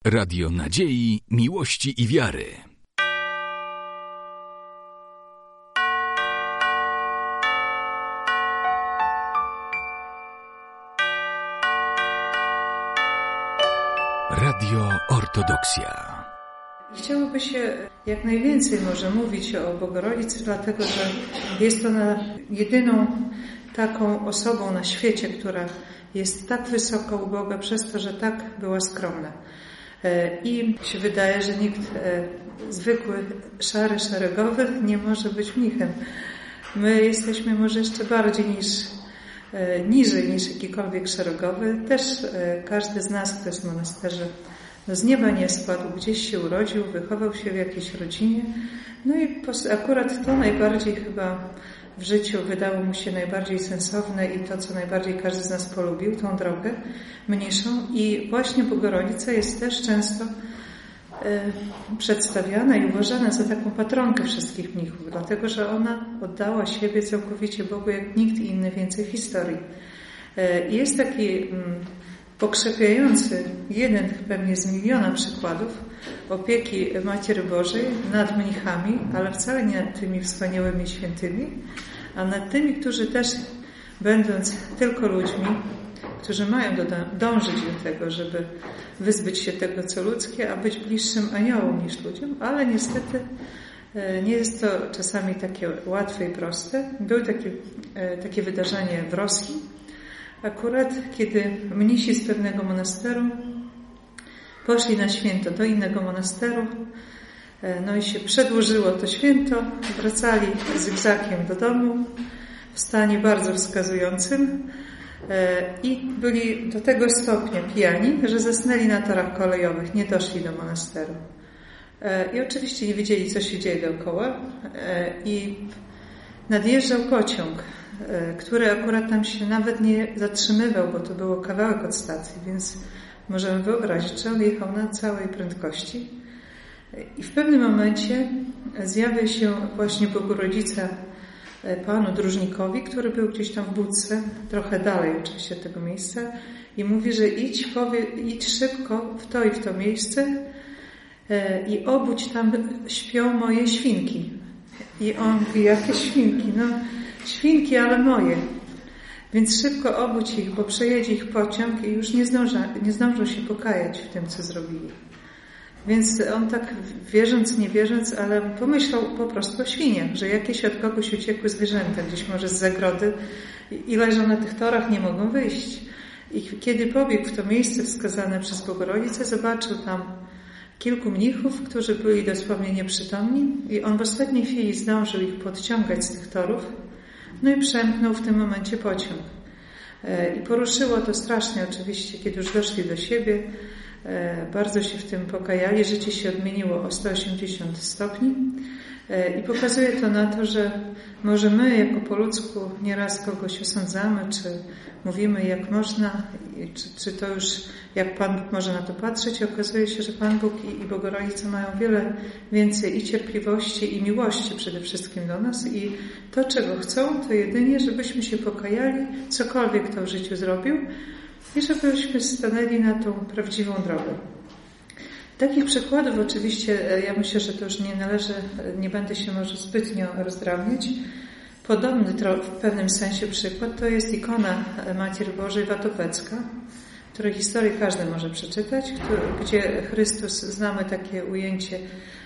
Radio Nadziei, Miłości i Wiary. Radio Ortodoksja. Chciałoby się jak najwięcej może mówić o Bogorodicy, dlatego że jest ona jedyną taką osobą na świecie, która jest tak wysoko u Boga przez to, że tak była skromna. I się wydaje, że nikt zwykły, szary, szeregowy nie może być mnichem. My jesteśmy może jeszcze bardziej niżej niż jakikolwiek szeregowy. Też każdy z nas, kto jest w monasterze, z nieba nie spadł, gdzieś się urodził, wychował się w jakiejś rodzinie. No i akurat to najbardziej chyba w życiu wydało mu się najbardziej sensowne i to, co najbardziej każdy z nas polubił, tą drogę mniejszą. I właśnie Bogorodica jest też często przedstawiana i uważana za taką patronkę wszystkich mnichów, dlatego że ona oddała siebie całkowicie Bogu jak nikt inny więcej w historii. Jest taki pokrzepiający jeden pewnie z miliona przykładów opieki Matki Bożej nad mnichami, ale wcale nie nad tymi wspaniałymi świętymi, a nad tymi, którzy też, będąc tylko ludźmi, którzy mają dążyć do tego, żeby wyzbyć się tego, co ludzkie, a być bliższym aniołom niż ludziom, ale niestety nie jest to czasami takie łatwe i proste. Było takie wydarzenie w Rosji, akurat kiedy mnisi z pewnego monasteru poszli na święto do innego monasteru, no i się przedłużyło to święto, wracali zygzakiem do domu w stanie bardzo wskazującym i byli do tego stopnia pijani, że zasnęli na torach kolejowych, nie doszli do monasteru. I oczywiście nie wiedzieli, co się dzieje dookoła i nadjeżdżał pociąg, który akurat tam się nawet nie zatrzymywał, bo to było kawałek od stacji, więc możemy wyobrazić, że on jechał na całej prędkości. I w pewnym momencie zjawia się właśnie Bogorodzica panu dróżnikowi, który był gdzieś tam w budce, trochę dalej oczywiście od tego miejsca, i mówi, że idź szybko w to i w to miejsce i obudź, tam śpią moje świnki. I on mówi, jakie świnki? No, świnki, ale moje. Więc szybko obudź ich, bo przejedzie ich pociąg i już nie zdążą się pokajać w tym, co zrobili. Więc on tak wierząc, nie wierząc, ale pomyślał po prostu o świniach, że jakieś od kogoś uciekły zwierzęta, gdzieś może z zagrody i leżą na tych torach, nie mogą wyjść. I kiedy pobiegł w to miejsce wskazane przez Bogorodzicę, zobaczył tam kilku mnichów, którzy byli dosłownie nieprzytomni i on w ostatniej chwili zdążył ich podciągać z tych torów, no i przemknął w tym momencie pociąg. I poruszyło to strasznie oczywiście, kiedy już doszli do siebie, bardzo się w tym pokajali, życie się odmieniło o 180 stopni i pokazuje to na to, że może my jako po ludzku nieraz kogoś osądzamy, czy mówimy jak można, czy to już jak Pan Bóg może na to patrzeć. Okazuje się, że Pan Bóg i Bogorodica mają wiele więcej i cierpliwości i miłości przede wszystkim do nas i to, czego chcą, to jedynie, żebyśmy się pokajali, cokolwiek kto w życiu zrobił, i żebyśmy stanęli na tą prawdziwą drogę. Takich przykładów oczywiście, ja myślę, że to już nie będę się może zbytnio rozdrabniać. Podobny w pewnym sensie przykład to jest ikona Matki Bożej Watopecka, której historię każdy może przeczytać, gdzie Chrystus, znamy takie ujęcie,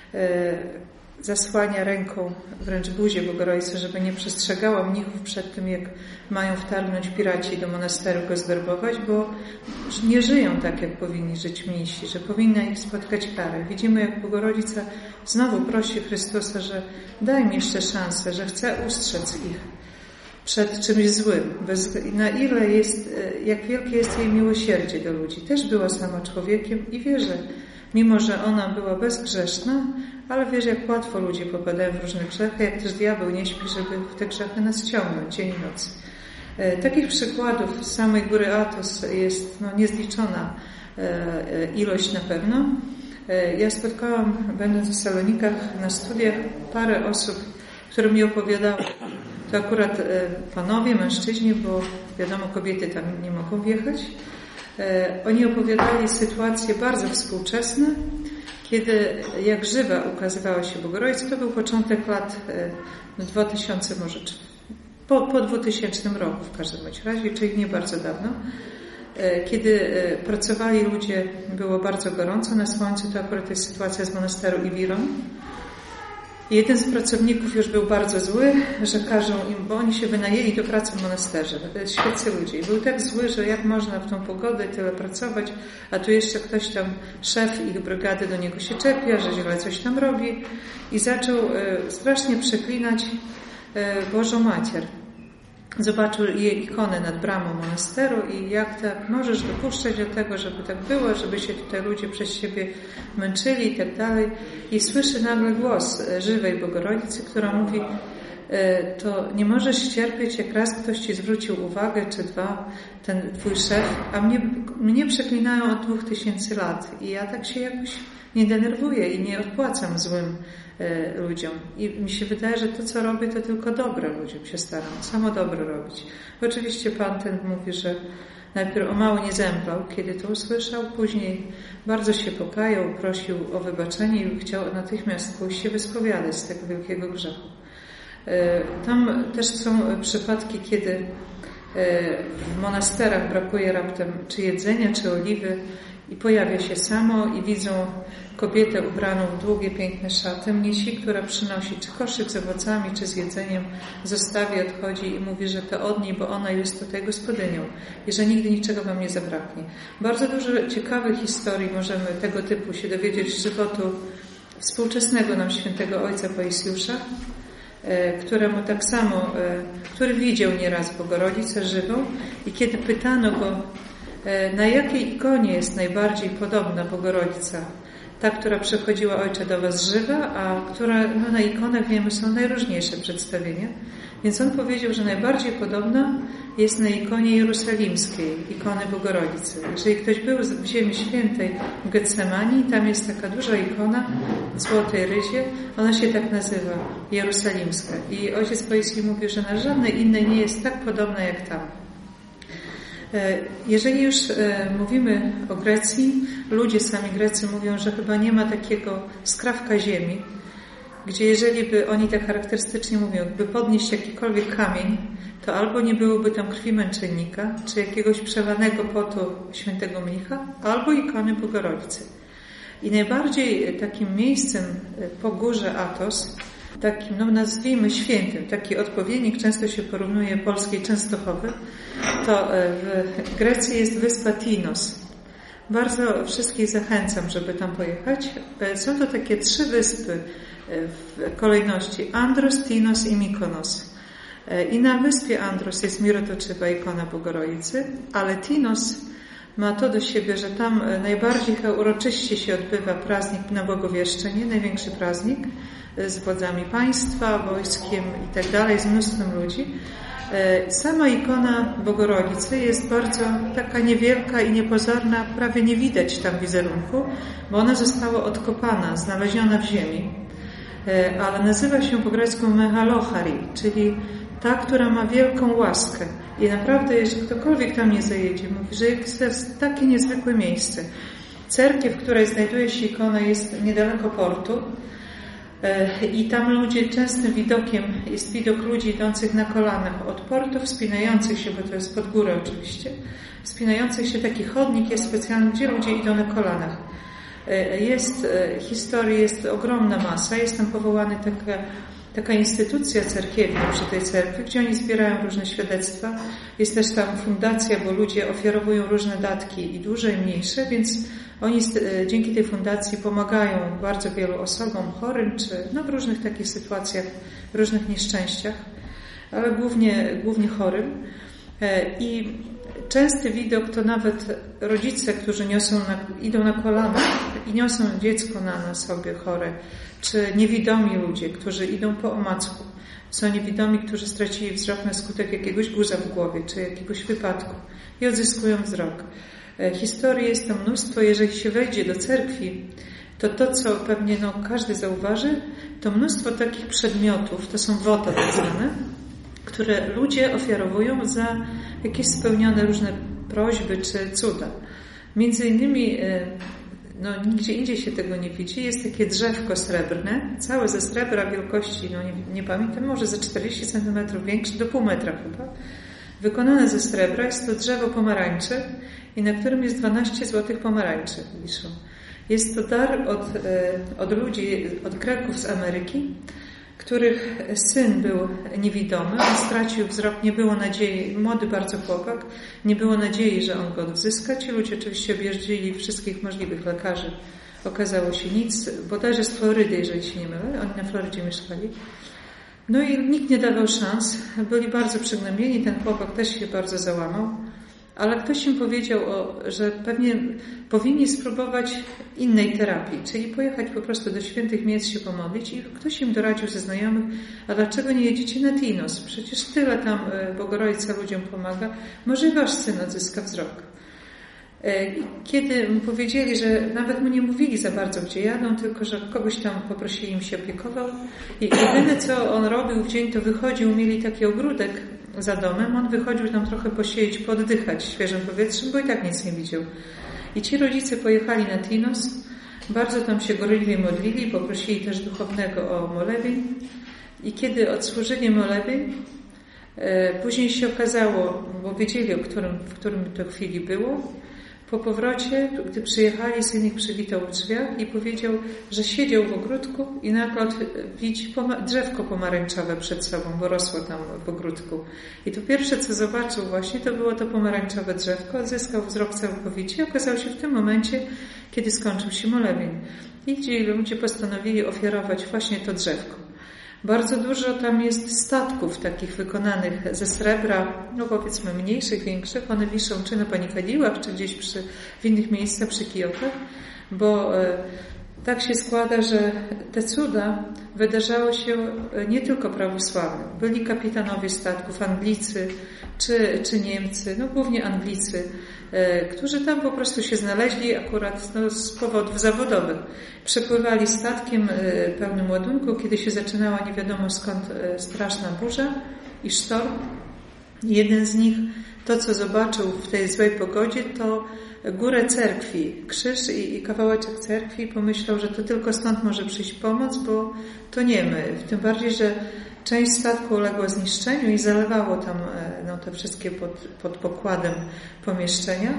zasłania ręką wręcz buzię Bogorodicy, żeby nie przestrzegała mnichów przed tym, jak mają wtargnąć piraci do monasteru go zwerbować, bo nie żyją tak, jak powinni żyć mnisi, że powinna ich spotkać karę. Widzimy, jak Bogorodzica znowu prosi Chrystusa, że daj mi jeszcze szansę, że chce ustrzec ich przed czymś złym. Na ile jak wielkie jest jej miłosierdzie do ludzi. Też była sama człowiekiem i wie, że mimo że ona była bezgrzeszna, ale wiesz, jak łatwo ludzie popadają w różne grzechy, jak też diabeł nie śpi, żeby w te grzechy nas ciągnąć dzień i noc. Takich przykładów z samej góry Athos jest niezliczona ilość na pewno. Ja spotkałam, będąc w Salonikach na studiach, parę osób, które mi opowiadały. To akurat panowie, mężczyźni, bo wiadomo, kobiety tam nie mogą wjechać. Oni opowiadali sytuacje bardzo współczesne, kiedy jak żywa ukazywała się Bogorodica. To był początek lat 2000, może po 2000 roku w każdym razie, czyli nie bardzo dawno. Kiedy pracowali ludzie, było bardzo gorąco na słońcu, to akurat jest sytuacja z monasteru Iwiron. Jeden z pracowników już był bardzo zły, że każą im, bo oni się wynajęli do pracy w monasterze. Świeccy ludzie. I był tak zły, że jak można w tą pogodę tyle pracować, a tu jeszcze ktoś tam, szef ich brygady do niego się czepia, że źle coś tam robi i zaczął strasznie przeklinać Bożą Macier. Zobaczył jej ikonę nad bramą monasteru i jak tak możesz dopuszczać do tego, żeby tak było, żeby się tutaj ludzie przez siebie męczyli i tak dalej. I słyszy nagle głos żywej Bogorodicy, która mówi: to nie możesz cierpieć, jak raz ktoś ci zwrócił uwagę, czy dwa, ten twój szef, a mnie przeklinają od 2000 lat i ja tak się jakoś nie denerwuję i nie odpłacam złym ludziom. I mi się wydaje, że to, co robię, to tylko dobre ludziom się staram. Samo dobro robić. Oczywiście pan ten mówi, że najpierw o mało nie zemdlał, kiedy to usłyszał, później bardzo się pokajał, prosił o wybaczenie i chciał natychmiast pójść się wyspowiadać z tego wielkiego grzechu. Tam też są przypadki, kiedy w monasterach brakuje raptem czy jedzenia, czy oliwy i pojawia się samo i widzą kobietę ubraną w długie, piękne szaty, mnisi, która przynosi czy koszyk z owocami, czy z jedzeniem, zostawia, odchodzi i mówi, że to od niej, bo ona jest tutaj gospodynią i że nigdy niczego wam nie zabraknie. Bardzo dużo ciekawych historii możemy tego typu się dowiedzieć z żywotu współczesnego nam świętego ojca Paisiusza, któremu tak samo, który widział nieraz Bogorodzicę żywą i kiedy pytano go, na jakiej ikonie jest najbardziej podobna Bogorodica, ta, która przychodziła Ojcze do was żywa, a która na ikonach, wiemy, są najróżniejsze przedstawienia. Więc on powiedział, że najbardziej podobna jest na ikonie jerusalimskiej, ikony Bogorodicy. Jeżeli ktoś był w Ziemi Świętej w Getsemanii, tam jest taka duża ikona w złotej ryzie, ona się tak nazywa, jerusalimska. I ojciec Paisi mówi, że na żadnej innej nie jest tak podobna jak tam. Jeżeli już mówimy o Grecji, ludzie sami Grecy mówią, że chyba nie ma takiego skrawka ziemi, gdzie jeżeli by, oni tak charakterystycznie mówią, by podnieść jakikolwiek kamień, to albo nie byłoby tam krwi męczennika, czy jakiegoś przelanego potu świętego mnicha, albo ikony Bogorodicy. I najbardziej takim miejscem po górze Athos, takim, no nazwijmy świętym, taki odpowiednik, często się porównuje polskiej Częstochowy, to w Grecji jest wyspa Tinos. Bardzo wszystkich zachęcam, żeby tam pojechać. Są to takie 3 wyspy w kolejności: Andros, Tinos i Mykonos. I na wyspie Andros jest mirotoczywa ikona Bogorodicy, ale Tinos ma to do siebie, że tam najbardziej uroczyście się odbywa praznik na Bogowieszczenie, największy praznik, z wodzami państwa, wojskiem i tak dalej, z mnóstwem ludzi. Sama ikona Bogorodicy jest bardzo taka niewielka i niepozorna, prawie nie widać tam wizerunku, bo ona została odkopana, znaleziona w ziemi, ale nazywa się po grecku Megalochari, czyli ta, która ma wielką łaskę. I naprawdę, jeżeli ktokolwiek tam nie zajedzie, mówi, że to jest takie niezwykłe miejsce. Cerkiew, w której znajduje się ikona, jest niedaleko portu. I tam ludzie, częstym widokiem jest widok ludzi idących na kolanach od portu, wspinających się, bo to jest pod górę oczywiście, wspinających się, taki chodnik jest specjalny, gdzie ludzie idą na kolanach. Jest historii, jest ogromna masa, jest tam powołana taka instytucja cerkiewna przy tej cerkwi, gdzie oni zbierają różne świadectwa. Jest też tam fundacja, bo ludzie ofiarowują różne datki i duże i mniejsze, więc oni dzięki tej fundacji pomagają bardzo wielu osobom chorym, czy w różnych takich sytuacjach, w różnych nieszczęściach, ale głównie chorym. I częsty widok to nawet rodzice, którzy idą na kolanach i niosą dziecko na sobie chore, czy niewidomi ludzie, którzy idą po omacku. Są niewidomi, którzy stracili wzrok na skutek jakiegoś guza w głowie, czy jakiegoś wypadku i odzyskują wzrok. Historii jest to mnóstwo. Jeżeli się wejdzie do cerkwi, to co pewnie każdy zauważy, to mnóstwo takich przedmiotów, to są wota tak zwane, które ludzie ofiarowują za jakieś spełnione różne prośby czy cuda. Między innymi, nigdzie indziej się tego nie widzi, jest takie drzewko srebrne, całe ze srebra wielkości, nie pamiętam, może ze 40 cm większe, do pół metra chyba, wykonane ze srebra. Jest to drzewo pomarańczy i na którym jest 12 złotych pomarańczy wiszą. Jest to dar od ludzi, od Greków z Ameryki, których syn był niewidomy, on stracił wzrok, nie było nadziei, młody bardzo chłopak, nie było nadziei, że on go odzyska. Ci ludzie oczywiście objeździli wszystkich możliwych lekarzy. Okazało się nic, bodajże z Florydy, jeżeli się nie mylę, oni na Florydzie mieszkali. No i nikt nie dawał szans, byli bardzo przygnębieni, ten chłopak też się bardzo załamał, ale ktoś im powiedział, że pewnie powinni spróbować innej terapii, czyli pojechać po prostu do świętych miejsc się pomodlić i ktoś im doradził ze znajomych, a dlaczego nie jedziecie na Tinos? Przecież tyle tam Bogorodica ludziom pomaga, może wasz syn odzyska wzrok. Kiedy mu powiedzieli, że nawet mu nie mówili za bardzo, gdzie jadą, tylko że kogoś tam poprosili, im się opiekował i jedyne co on robił w dzień, to wychodził, mieli taki ogródek za domem, on wychodził tam trochę posiedzieć, poddychać świeżym powietrzem, bo i tak nic nie widział. I ci rodzice pojechali na Tinos, bardzo tam się gorliwie modlili, poprosili też duchownego o molebień i kiedy odsłużyli molebień, później się okazało, bo wiedzieli, w którym to chwili było, po powrocie, gdy przyjechali, syn ich przywitał w drzwiach i powiedział, że siedział w ogródku i nagle widzi drzewko pomarańczowe przed sobą, bo rosło tam w ogródku. I to pierwsze, co zobaczył właśnie, to było to pomarańczowe drzewko, odzyskał wzrok całkowicie i okazał się w tym momencie, kiedy skończył się molebień. I ci ludzie postanowili ofiarować właśnie to drzewko. Bardzo dużo tam jest statków takich wykonanych ze srebra, powiedzmy mniejszych, większych. One wiszą czy na Panikadiłach, czy gdzieś w innych miejscach przy kijokach, bo tak się składa, że te cuda wydarzały się nie tylko prawosławnym. Byli kapitanowie statków, Anglicy czy Niemcy, głównie Anglicy, którzy tam po prostu się znaleźli akurat z powodów zawodowych. Przepływali statkiem pełnym ładunku, kiedy się zaczynała nie wiadomo skąd straszna burza i sztorm. Jeden z nich, to co zobaczył w tej złej pogodzie, to górę cerkwi, krzyż i kawałeczek cerkwi, pomyślał, że to tylko stąd może przyjść pomoc, bo toniemy. Tym bardziej, że część statku uległa zniszczeniu i zalewało tam te wszystkie pod pokładem pomieszczenia.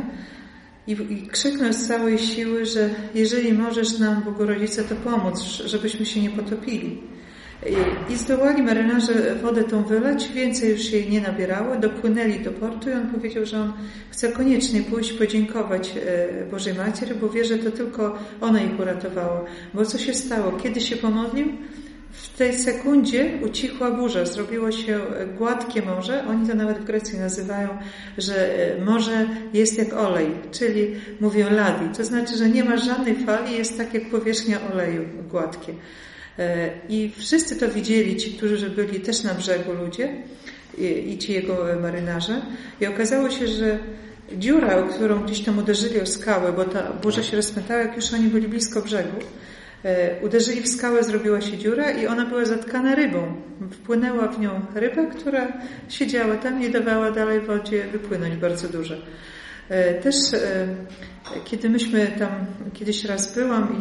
I krzyknął z całej siły, że jeżeli możesz nam, Bogorodzice, to pomóc, żebyśmy się nie potopili. I zdołali marynarze wodę tą wylać, więcej już jej nie nabierało, dopłynęli do portu i on powiedział, że on chce koniecznie pójść podziękować Bożej Matce, bo wie, że to tylko ona ich uratowała. Bo co się stało? Kiedy się pomodlił? W tej sekundzie ucichła burza, zrobiło się gładkie morze. Oni to nawet w Grecji nazywają, że morze jest jak olej, czyli mówią ladi. To znaczy, że nie ma żadnej fali, jest tak jak powierzchnia oleju, gładkie. I wszyscy to widzieli, ci, którzy byli też na brzegu ludzie i ci jego marynarze. I okazało się, że dziura, o którą gdzieś tam uderzyli o skałę, bo ta burza się rozpętała, jak już oni byli blisko brzegu, uderzyli w skałę, zrobiła się dziura i ona była zatkana rybą. Wpłynęła w nią ryba, która siedziała tam i dawała dalej w wodzie wypłynąć bardzo dużo. Też kiedy myśmy tam kiedyś raz byłam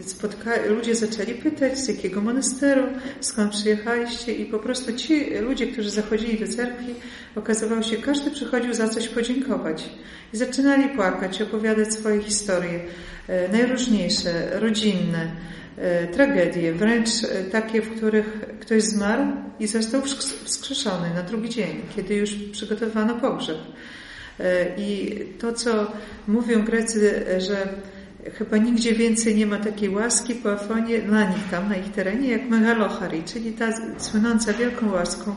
i ludzie zaczęli pytać, z jakiego monasteru, skąd przyjechaliście i po prostu ci ludzie, którzy zachodzili do cerkwi, okazywało się, każdy przychodził za coś podziękować i zaczynali płakać, opowiadać swoje historie, najróżniejsze, rodzinne, tragedie, wręcz takie, w których ktoś zmarł i został wskrzeszony na drugi dzień, kiedy już przygotowano pogrzeb. I to, co mówią Grecy, że chyba nigdzie więcej nie ma takiej łaski po Afonie dla nich tam, na ich terenie, jak Megalochari, czyli ta słynąca wielką łaską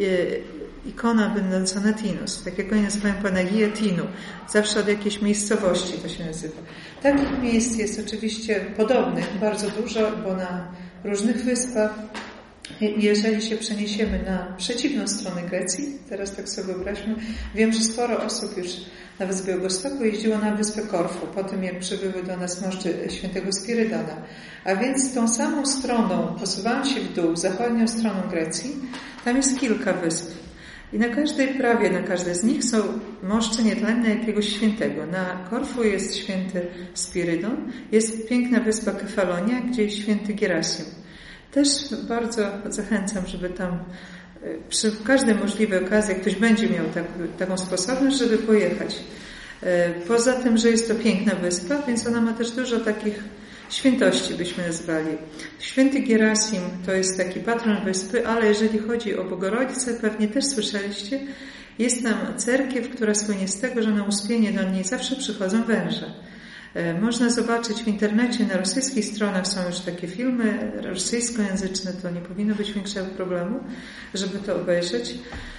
ikona będąca na Tinos, tak jak oni nazywają Panagia Tinu, zawsze od jakiejś miejscowości to się nazywa. Takich miejsc jest oczywiście podobnych bardzo dużo, bo na różnych wyspach. Jeżeli się przeniesiemy na przeciwną stronę Grecji, teraz tak sobie wyobraźmy, wiem, że sporo osób już nawet z Białegostoku jeździło na wyspę Korfu, po tym jak przybyły do nas moszty świętego Spirydona. A więc tą samą stroną, posuwając się w dół, zachodnią stroną Grecji, tam jest kilka wysp. Prawie na każdej z nich są moszcze nietlenne jakiegoś świętego. Na Korfu jest święty Spirydon, jest piękna wyspa Kefalonia, gdzie jest święty Gerasim. Też bardzo zachęcam, żeby tam przy każdej możliwej okazji, jak ktoś będzie miał taką sposobność, żeby pojechać. Poza tym, że jest to piękna wyspa, więc ona ma też dużo takich świętości, byśmy nazwali. Święty Gerasim to jest taki patron wyspy, ale jeżeli chodzi o Bogorodzicę, pewnie też słyszeliście, jest tam cerkiew, która słynie z tego, że na uspienie do niej zawsze przychodzą węże. Można zobaczyć w internecie, na rosyjskich stronach są już takie filmy rosyjskojęzyczne, to nie powinno być większego problemu, żeby to obejrzeć.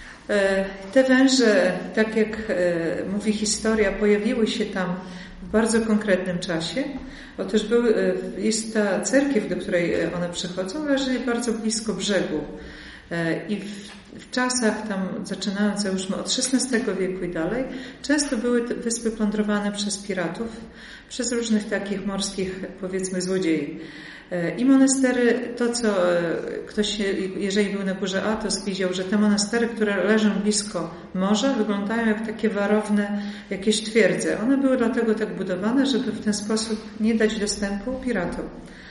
Te węże, tak jak mówi historia, pojawiły się tam w bardzo konkretnym czasie. Otóż jest ta cerkiew, do której one przychodzą, leży bardzo blisko brzegu. I w czasach tam, zaczynając załóżmy od XVI wieku i dalej, często były te wyspy plądrowane przez piratów, przez różnych takich morskich, powiedzmy, złodziei. I monastery, to co ktoś, jeżeli był na górze Atos, widział, że te monastery, które leżą blisko morza, wyglądają jak takie warowne jakieś twierdze. One były dlatego tak budowane, żeby w ten sposób nie dać dostępu piratom.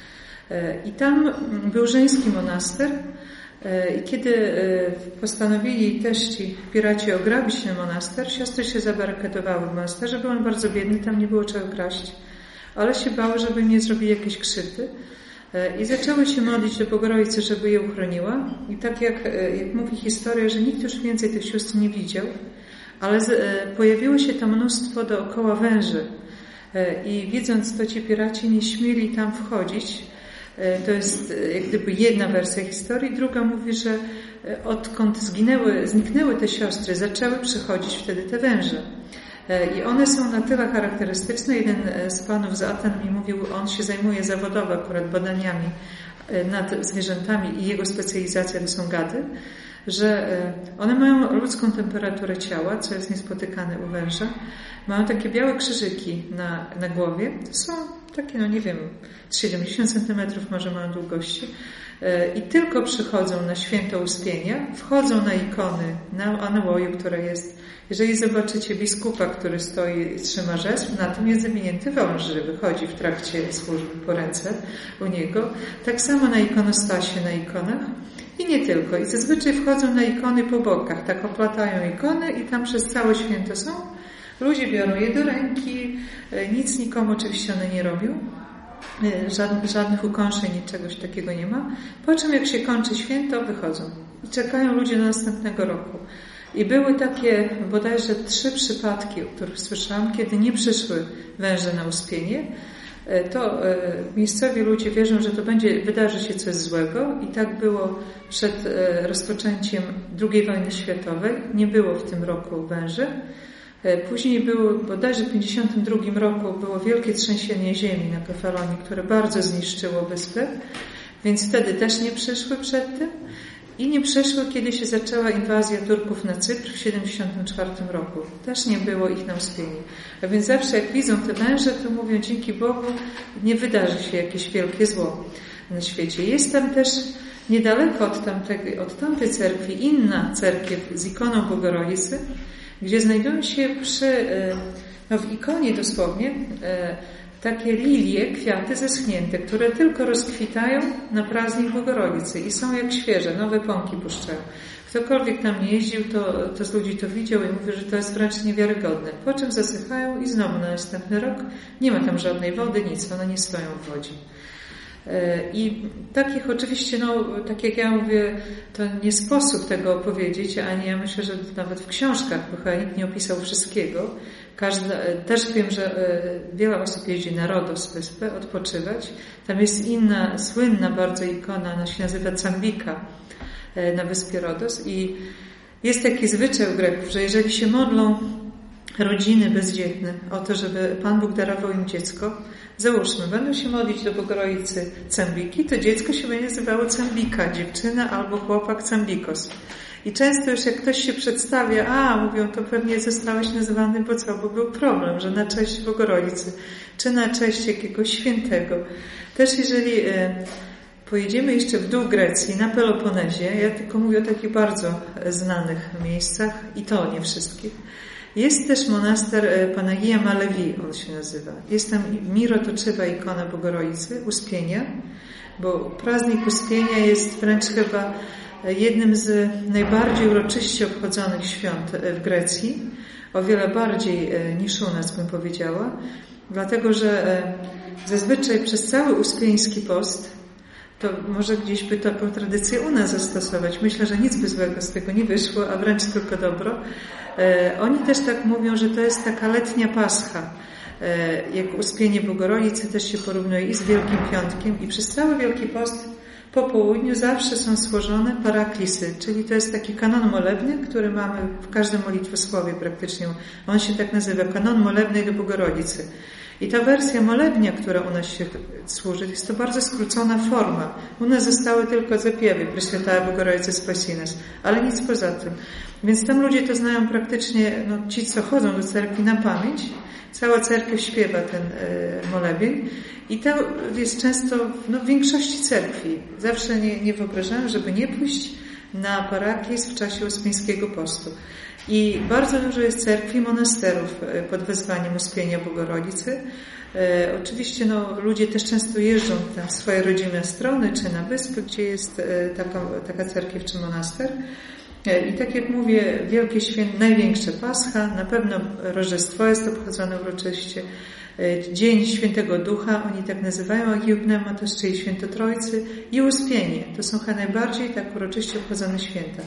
I tam był żeński monaster. I kiedy postanowili też ci piraci ograbić ten monaster, siostry się zabarykadowały w monasterze. Był on bardzo biedny, tam nie było czego kraść, ale się bały, żeby nie zrobili jakiejś krzywdy. I zaczęły się modlić do Bogorodzicy, żeby je uchroniła. I tak jak mówi historia, że nikt już więcej tych sióstr nie widział, ale pojawiło się tam mnóstwo dookoła węży. I widząc to, ci piraci nie śmieli tam wchodzić. To jest jak gdyby jedna wersja historii. Druga mówi, że odkąd zniknęły te siostry, zaczęły przychodzić wtedy te węże. I one są na tyle charakterystyczne. Jeden z panów z Aten mi mówił, on się zajmuje zawodowo akurat badaniami nad zwierzętami i jego specjalizacja to są gady, że one mają ludzką temperaturę ciała, co jest niespotykane u węża. Mają takie białe krzyżyki na głowie. To są takie, 70 cm może mają długości. I tylko przychodzą na święto Uspienia, wchodzą na ikony, na anałoju, które jest. Jeżeli zobaczycie biskupa, który stoi i trzyma rzezw, na tym jest zawinięty wąż, że wychodzi w trakcie służby po ręce u niego. Tak samo na ikonostasie, na ikonach. I nie tylko. I zazwyczaj wchodzą na ikony po bokach, tak oplatają ikony i tam przez całe święto są. Ludzie biorą je do ręki, nic nikomu oczywiście one nie robią. Żadnych ukąszeń, czegoś takiego nie ma. Po czym jak się kończy święto, wychodzą. I czekają ludzie do następnego roku. I były takie bodajże 3 przypadki, o których słyszałam, kiedy nie przyszły węże na Uspienie. To miejscowi ludzie wierzą, że to wydarzy się coś złego i tak było przed rozpoczęciem II wojny światowej. Nie było w tym roku węży. Później bodajże w 1952 roku było wielkie trzęsienie ziemi na Kefalonii, które bardzo zniszczyło wyspę, więc wtedy też nie przyszły przed tym i nie przyszły, kiedy się zaczęła inwazja Turków na Cypr w 1974 roku. Też nie było ich na Uspieniu. A więc zawsze jak widzą te węże, to mówią dzięki Bogu nie wydarzy się jakieś wielkie zło na świecie. Jest tam też niedaleko od tamtej cerkwi inna cerkiew z ikoną Bogorodzicy, gdzie znajdują się w ikonie dosłownie takie lilie, kwiaty zeschnięte, które tylko rozkwitają na praznik Bogorodzicy i są jak świeże, nowe pąki puszczają. Ktokolwiek tam nie jeździł, to z ludzi to widział i mówi, że to jest wręcz niewiarygodne. Po czym zasychają i znowu na następny rok nie ma tam żadnej wody, nic, one nie stoją w wodzie. I takich oczywiście, tak jak ja mówię, to nie sposób tego opowiedzieć, ani ja myślę, że nawet w książkach, bo chyba nikt nie opisał wszystkiego. Też wiem, że wiele osób jeździ na Rodos, wyspę, odpoczywać. Tam jest inna, słynna bardzo ikona, ona się nazywa Cambika na wyspie Rodos i jest taki zwyczaj u Greków, że jeżeli się modlą rodziny bezdzietne o to, żeby Pan Bóg darował im dziecko, załóżmy, będą się modlić do Bogorodzicy Cambiki, to dziecko się będzie nazywało Cambika, dziewczyna albo chłopak Cambikos. I często już jak ktoś się przedstawia, mówią, to pewnie zostałeś nazwany, bo był problem, że na cześć Bogorodzicy, czy na cześć jakiegoś świętego. Też jeżeli pojedziemy jeszcze w dół Grecji, na Peloponezie, ja tylko mówię o takich bardzo znanych miejscach i to nie wszystkich. Jest też monaster Panagia Malevi, on się nazywa. Jest tam mirotoczywa ikona Bogorodicy, Uspienia, bo praznik Uspienia jest wręcz chyba jednym z najbardziej uroczyście obchodzonych świąt w Grecji, o wiele bardziej niż u nas, bym powiedziała, dlatego że zazwyczaj przez cały Uspieński post, to może gdzieś by to po tradycji u nas zastosować. Myślę, że nic by złego z tego nie wyszło, a wręcz tylko dobro. Oni też tak mówią, że to jest taka letnia Pascha. Jak Uspienie Bogorodicy też się porównuje i z Wielkim Piątkiem i przez cały Wielki Post po południu zawsze są złożone paraklisy, czyli to jest taki kanon molebny, który mamy w każdym modlitwosłowie praktycznie. On się tak nazywa, kanon molebnej do Bogorodicy. I ta wersja molebnia, która u nas się służy, jest to bardzo skrócona forma. U nas zostały tylko zapiewy Preszwiętała Bogorodice Spasi nas, ale nic poza tym. Więc tam ludzie to znają praktycznie, ci co chodzą do cerkwi na pamięć, cała cerkiew śpiewa ten molebień i to jest często w większości cerkwi. Zawsze nie wyobrażałem, żeby nie pójść na paraklis w czasie Uspieńskiego Postu. I bardzo dużo jest cerkwi i monasterów pod wezwaniem Uspienia Bogorodicy. Oczywiście ludzie też często jeżdżą tam w swoje rodzime strony, czy na wyspy, gdzie jest taka cerkiew czy monaster. I tak jak mówię, wielkie święto, największe Pascha, na pewno Rożestwo jest obchodzone uroczyście, Dzień Świętego Ducha, oni tak nazywają Agiopneumatos, czyli Święto Trójcy i Uspienie. To są chyba najbardziej tak uroczyście obchodzone święta.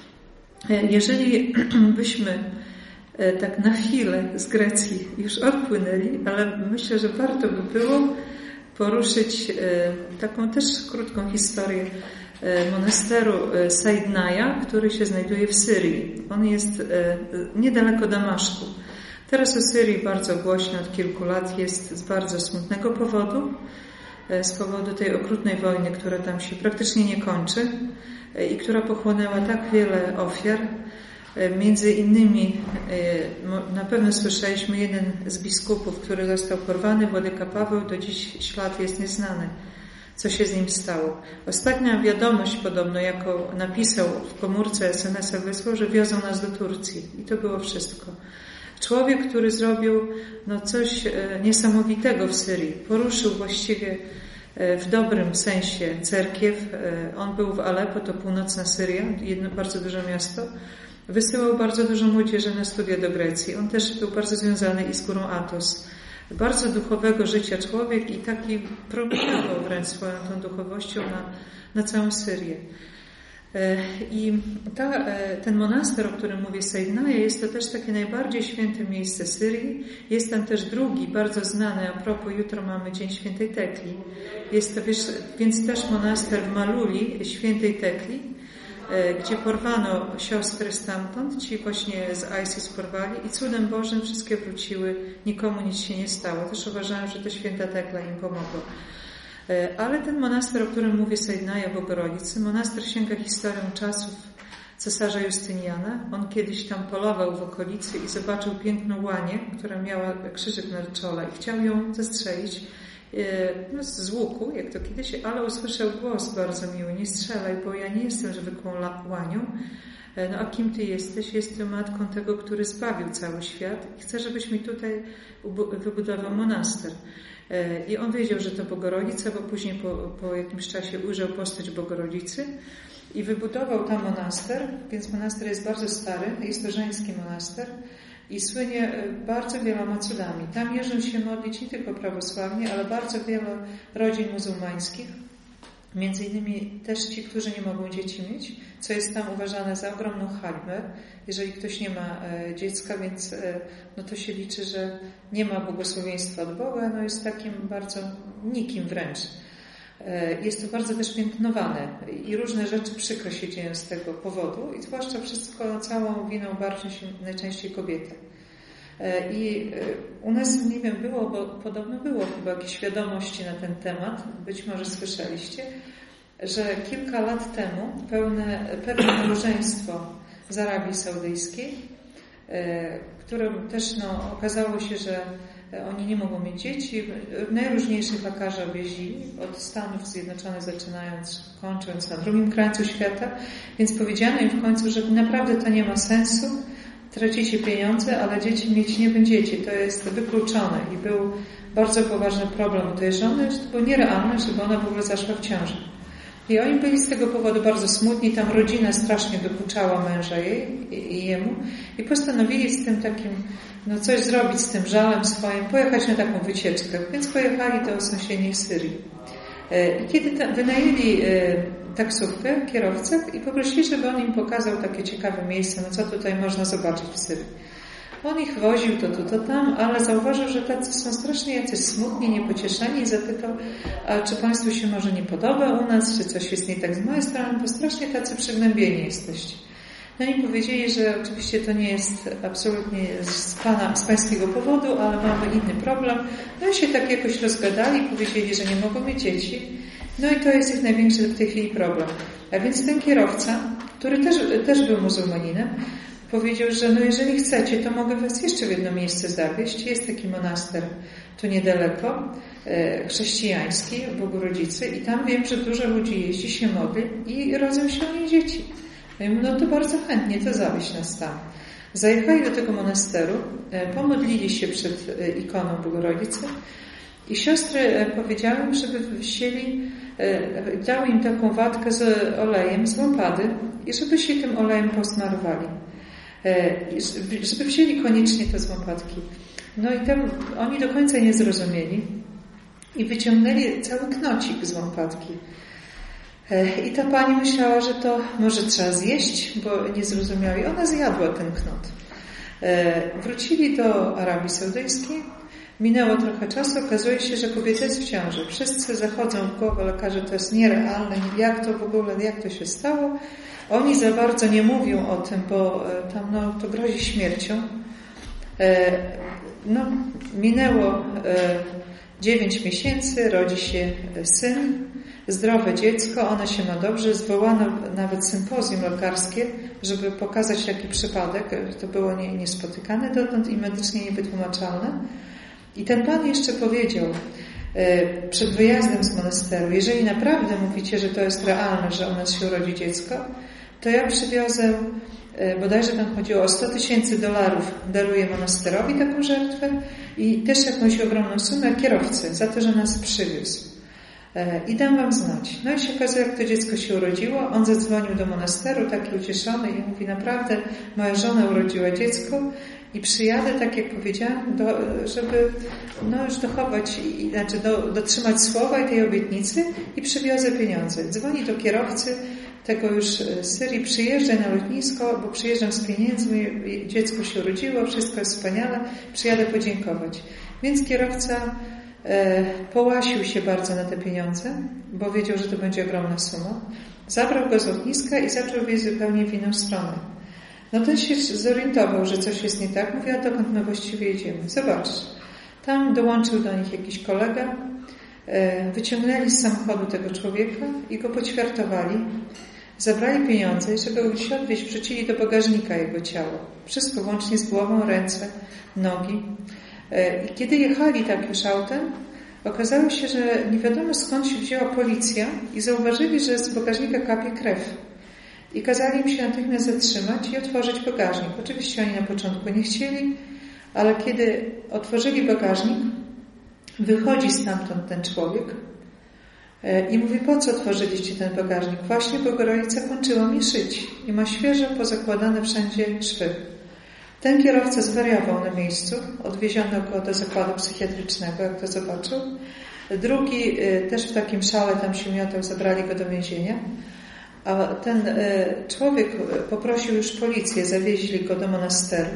Jeżeli byśmy tak na chwilę z Grecji już odpłynęli, ale myślę, że warto by było poruszyć taką też krótką historię monasteru Saidnaja, który się znajduje w Syrii. On jest niedaleko Damaszku. Teraz o Syrii bardzo głośno od kilku lat jest z bardzo smutnego powodu, z powodu tej okrutnej wojny, która tam się praktycznie nie kończy i która pochłonęła tak wiele ofiar. Między innymi, na pewno słyszeliśmy, jeden z biskupów, który został porwany, Władyka Paweł, do dziś ślad jest nieznany, co się z nim stało. Ostatnia wiadomość podobno, jaką napisał w komórce SMS-a, wysłał, że wiozą nas do Turcji. I to było wszystko. Człowiek, który zrobił coś niesamowitego w Syrii, poruszył właściwie w dobrym sensie cerkiew. On był w Aleppo, to północna Syria, jedno bardzo duże miasto. Wysyłał bardzo dużo młodzieży na studia do Grecji. On też był bardzo związany i z górą Athos. Bardzo duchowego życia człowiek i taki promował wręcz swoją tą duchowością na całą Syrię. I ten monaster, o którym mówię, Saidnaja, jest to też takie najbardziej święte miejsce Syrii. Jest tam też drugi, bardzo znany, a propos, jutro mamy Dzień Świętej Tekli. Jest to więc też monaster w Maluli, Świętej Tekli, gdzie porwano siostry stamtąd, ci właśnie z ISIS porwali i cudem Bożym wszystkie wróciły, nikomu nic się nie stało. Też uważałem, że to święta Tekla im pomogła. Ale ten monaster, o którym mówię, Saidnaja Bogorodicy, monaster sięga historią czasów cesarza Justyniana. On kiedyś tam polował w okolicy i zobaczył piękną łanię, która miała krzyżyk na czole i chciał ją zastrzelić z łuku, jak to kiedyś, ale usłyszał głos bardzo miły: nie strzelaj, bo ja nie jestem zwykłą łanią. A kim ty jesteś? Jestem matką tego, który zbawił cały świat i chcę, żebyś mi tutaj wybudował monaster. I on wiedział, że to Bogorodica, bo później po jakimś czasie ujrzał postać Bogorodicy i wybudował tam monaster, więc monaster jest bardzo stary, jest to żeński monaster i słynie bardzo wieloma cudami. Tam jeżdżą się modlić nie tylko prawosławni, ale bardzo wiele rodzin muzułmańskich, między innymi też ci, którzy nie mogą dzieci mieć, co jest tam uważane za ogromną hańbę. Jeżeli ktoś nie ma dziecka, więc to się liczy, że nie ma błogosławieństwa od Boga, jest takim bardzo nikim wręcz. Jest to bardzo też piętnowane i różne rzeczy przykre się dzieją z tego powodu i zwłaszcza wszystko, całą winą barczy się najczęściej kobiety. I u nas, nie wiem, było, bo podobno było chyba jakieś świadomości na ten temat, być może słyszeliście, że kilka lat temu pewne małżeństwo z Arabii Saudyjskiej, którym też okazało się, że oni nie mogą mieć dzieci. Najróżniejszych lekarzy objeździli, od Stanów Zjednoczonych zaczynając, kończąc na drugim krańcu świata, więc powiedziano im w końcu, że naprawdę to nie ma sensu, tracicie pieniądze, ale dzieci mieć nie będziecie. To jest wykluczone i był bardzo poważny problem u tej żony, że to było nierealne, żeby ona w ogóle zaszła w ciążę. I oni byli z tego powodu bardzo smutni, tam rodzina strasznie dokuczała męża jej i jemu i postanowili z tym takim, coś zrobić z tym żalem swoim, pojechać na taką wycieczkę, więc pojechali do sąsiedniej Syrii. I kiedy wynajęli taksówkę, kierowcę i poprosili, żeby on im pokazał takie ciekawe miejsce, co tutaj można zobaczyć w Syrii. On ich woził to tam, ale zauważył, że tacy są strasznie jacyś smutni, niepocieszeni i zapytał, a czy Państwu się może nie podoba u nas, czy coś jest nie tak z mojej strony, bo strasznie tacy przygnębieni jesteście. No i powiedzieli, że oczywiście to nie jest absolutnie z Pańskiego powodu, ale mamy inny problem. No i się tak jakoś rozgadali, powiedzieli, że nie mogą mieć dzieci. No i to jest ich największy w tej chwili problem. A więc ten kierowca, który też był muzułmaninem, powiedział, że jeżeli chcecie, to mogę Was jeszcze w jedno miejsce zawieźć. Jest taki monaster tu niedaleko, chrześcijański, Bogu Rodzicy i tam wiem, że dużo ludzi jeździ, się modli i rodzą się u nich dzieci. No to bardzo chętnie, to zawieźć nas tam. Zajechali do tego monasteru, pomodlili się przed ikoną Bogu Rodzicy i siostry powiedziały im, żeby wzięli, dały im taką watkę z olejem, z łampady i żeby się tym olejem posmarowali. Żeby wzięli koniecznie te z łampatki. No i tam oni do końca nie zrozumieli i wyciągnęli cały knocik z łampatki. I ta pani myślała, że to może trzeba zjeść, bo nie zrozumiała i ona zjadła ten knot. Wrócili do Arabii Saudyjskiej, minęło trochę czasu, okazuje się, że kobieta jest w ciąży. Wszyscy zachodzą w głowę lekarzy, to jest nierealne, jak to w ogóle, jak to się stało. Oni za bardzo nie mówią o tym, bo tam to grozi śmiercią. Minęło 9 miesięcy, rodzi się syn, zdrowe dziecko, ona się ma dobrze. Zwołano nawet sympozjum lekarskie, żeby pokazać taki przypadek. To było niespotykane dotąd i medycznie niewytłumaczalne. I ten pan jeszcze powiedział przed wyjazdem z monasteru, jeżeli naprawdę mówicie, że to jest realne, że u nas się urodzi dziecko, to ja przywiozę, bodajże tam chodziło o $100,000, daruję monasterowi taką żertwę i też jakąś ogromną sumę kierowcy za to, że nas przywiózł. I dam Wam znać. No i się okazuje, jak to dziecko się urodziło, on zadzwonił do monasteru, taki ucieszony i mówi, naprawdę moja żona urodziła dziecko i przyjadę, tak jak powiedziałam, żeby już dochować, dotrzymać słowa i tej obietnicy i przywiozę pieniądze. Dzwoni do kierowcy tego już Syrii, przyjeżdżaj na lotnisko, bo przyjeżdżam z pieniędzmi, dziecko się urodziło, wszystko jest wspaniale, przyjadę podziękować. Więc kierowca połasił się bardzo na te pieniądze, bo wiedział, że to będzie ogromna suma. Zabrał go z lotniska i zaczął wieść zupełnie w inną stronę. No ten się zorientował, że coś jest nie tak. Mówi, a dokąd my właściwie jedziemy? Zobacz. Tam dołączył do nich jakiś kolega, wyciągnęli z samochodu tego człowieka i go poćwiartowali. Zabrali pieniądze i żeby się odwieźć, wrzucili do bagażnika jego ciało. Wszystko łącznie z głową, ręce, nogi. I kiedy jechali tak już autem, okazało się, że nie wiadomo skąd się wzięła policja i zauważyli, że z bagażnika kapie krew. I kazali im się natychmiast zatrzymać i otworzyć bagażnik. Oczywiście oni na początku nie chcieli, ale kiedy otworzyli bagażnik, wychodzi stamtąd ten człowiek i mówi, po co otworzyliście ten bagażnik? Właśnie Bogu Rodzica kończyło mi szyć i ma świeżo pozakładane wszędzie szwy. Ten kierowca zwariował na miejscu, odwieziono go do zakładu psychiatrycznego, jak to zobaczył. Drugi też w takim szale tam się miotał, zabrali go do więzienia. A ten człowiek poprosił już policję, zawieźli go do monasteru.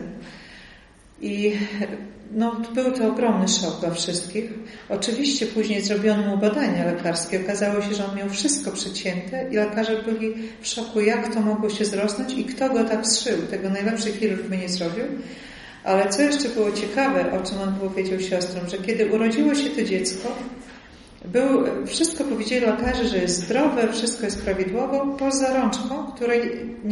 I był to ogromny szok dla wszystkich. Oczywiście później zrobiono mu badania lekarskie. Okazało się, że on miał wszystko przecięte i lekarze byli w szoku, jak to mogło się zrosnąć i kto go tak zszył. Tego najlepszy chirurg by nie zrobił. Ale co jeszcze było ciekawe, o czym on powiedział siostrom, że kiedy urodziło się to dziecko, wszystko powiedzieli lekarze, że jest zdrowe, wszystko jest prawidłowo, poza rączką, której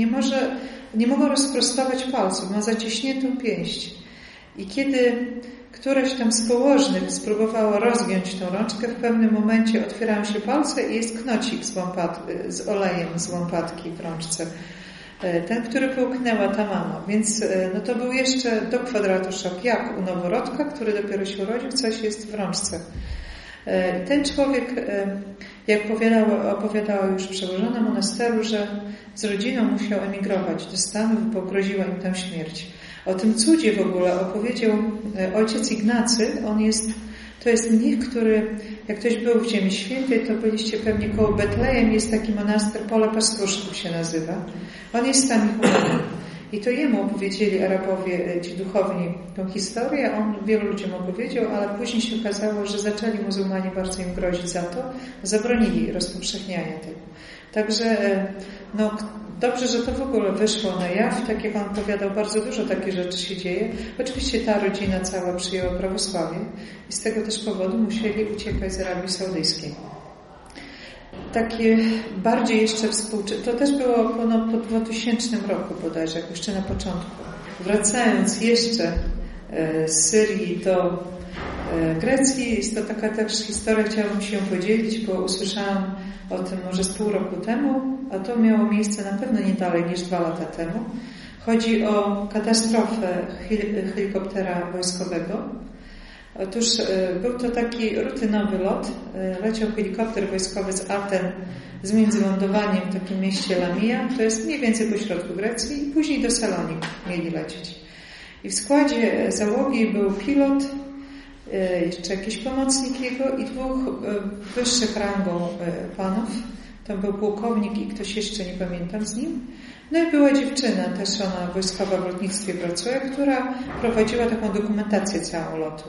nie mogą rozprostować palców, ma zaciśniętą pięść. I kiedy któreś tam z położnych spróbowało rozgiąć tą rączkę. W pewnym momencie otwierają się palce i jest knocik z olejem z łąpatki w rączce. Ten, który połknęła ta mama. Więc no to był jeszcze do kwadratu szok, jak u noworodka, który dopiero się urodził, coś jest w rączce. Ten człowiek, jak opowiadała już przełożona monasteru, że z rodziną musiał emigrować do Stanów, bo groziła im tam śmierć. O tym cudzie w ogóle opowiedział ojciec Ignacy. To jest mnich, który, jak ktoś był w Ziemi Świętej, to byliście pewnie koło Betlejem, jest taki monaster Pola Pastuszków się nazywa. On jest tam i to jemu opowiedzieli Arabowie, ci duchowni, tą historię. On wielu ludziom opowiedział, ale później się okazało, że zaczęli muzułmanie bardzo im grozić za to. Zabronili rozpowszechniania tego. Także no, dobrze, że to w ogóle wyszło na jaw. Tak jak on opowiadał, bardzo dużo takich rzeczy się dzieje. Oczywiście ta rodzina cała przyjęła prawosławie i z tego też powodu musieli uciekać z Arabii Saudyjskiej. Takie bardziej jeszcze to też było po 2000 roku bodajże, jak jeszcze na początku. Wracając jeszcze z Syrii do Grecji, jest to taka też historia, chciałabym się podzielić, bo usłyszałam o tym może z pół roku temu, a to miało miejsce na pewno nie dalej niż 2 lata temu. Chodzi o katastrofę helikoptera wojskowego. Otóż był to taki rutynowy lot. Leciał helikopter wojskowy z Aten z międzylądowaniem w takim mieście Lamia. To jest mniej więcej pośrodku Grecji i później do Salonik mieli lecieć. I w składzie załogi był pilot, jeszcze jakiś pomocnik jego i 2 wyższych rangą panów. Tam był pułkownik i ktoś jeszcze, nie pamiętam z nim. No i była dziewczyna, też ona wojskowa w lotnictwie pracuje, która prowadziła taką dokumentację całą lotu.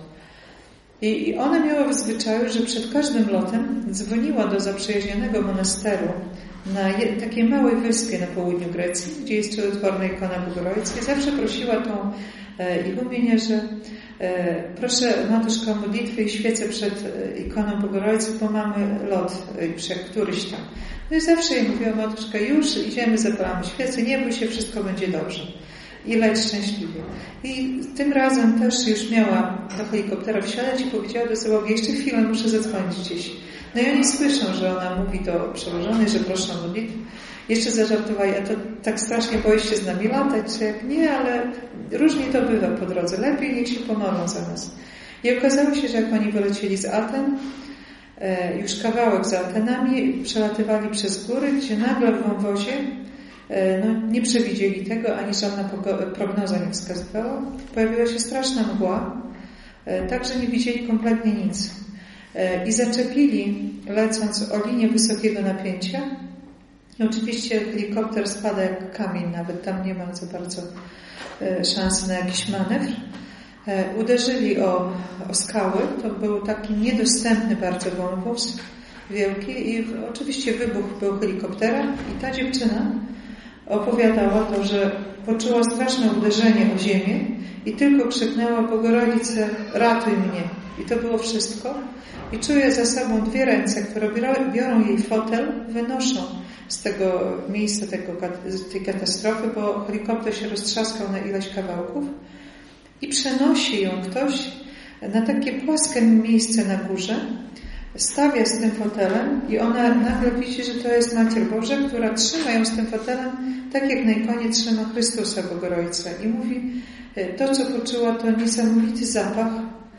I ona miała w zwyczaju, że przed każdym lotem dzwoniła do zaprzyjaźnionego monasteru na takiej małej wyspie na południu Grecji, gdzie jest czudotworna ikona Bogorodicy i zawsze prosiła tą iluminę, że proszę Matушko o modlitwę i świecę przed ikoną Bogorodicy, bo mamy lot któryś tam. No i zawsze jej mówiła, Matушka, już idziemy, zapalamy świecę, nie bój się, wszystko będzie dobrze. I leć szczęśliwie. I tym razem też już miała do helikoptera wsiadać i powiedziała do załogi, jeszcze chwilę, muszę zadzwonić gdzieś. No i oni słyszą, że ona mówi do przełożonej, że proszę o modlitwę. Jeszcze zażartowali, a to tak strasznie boisz się z nami latać, czy jak nie, ale różnie to bywa po drodze. Lepiej niech się pomodlą za nas. I okazało się, że jak oni wylecieli z Aten, już kawałek za Atenami, przelatywali przez góry, gdzie nagle w wąwozie nie przewidzieli tego, ani żadna prognoza nie wskazywała. Pojawiła się straszna mgła, tak, że nie widzieli kompletnie nic. I zaczepili, lecąc o linię wysokiego napięcia. I oczywiście helikopter spada jak kamień, nawet tam nie ma za bardzo szansy na jakiś manewr. Uderzyli o skały, to był taki niedostępny bardzo wąwóz wielki i oczywiście wybuch był helikoptera i ta dziewczyna opowiadała to, że poczuła straszne uderzenie o ziemię i tylko krzyknęła Bogorodice, ratuj mnie. I to było wszystko. I czuje za sobą 2 ręce, które biorą jej fotel, wynoszą z tego miejsca tej katastrofy, bo helikopter się roztrzaskał na ileś kawałków i przenosi ją ktoś na takie płaskie miejsce na górze, stawia z tym fotelem i ona nagle widzi, że to jest Matka Boża, która trzyma ją z tym fotelem, tak jak na ikonie trzyma Chrystusa Bogorodica. I mówi, to co poczuła, to niesamowity zapach,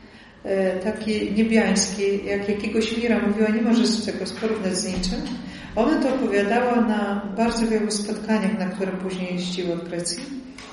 taki niebiański, jak jakiegoś mira. Mówiła, nie możesz tego porównać z niczym. Ona to opowiadała na bardzo wielu spotkaniach, na które później jeździła w Grecji.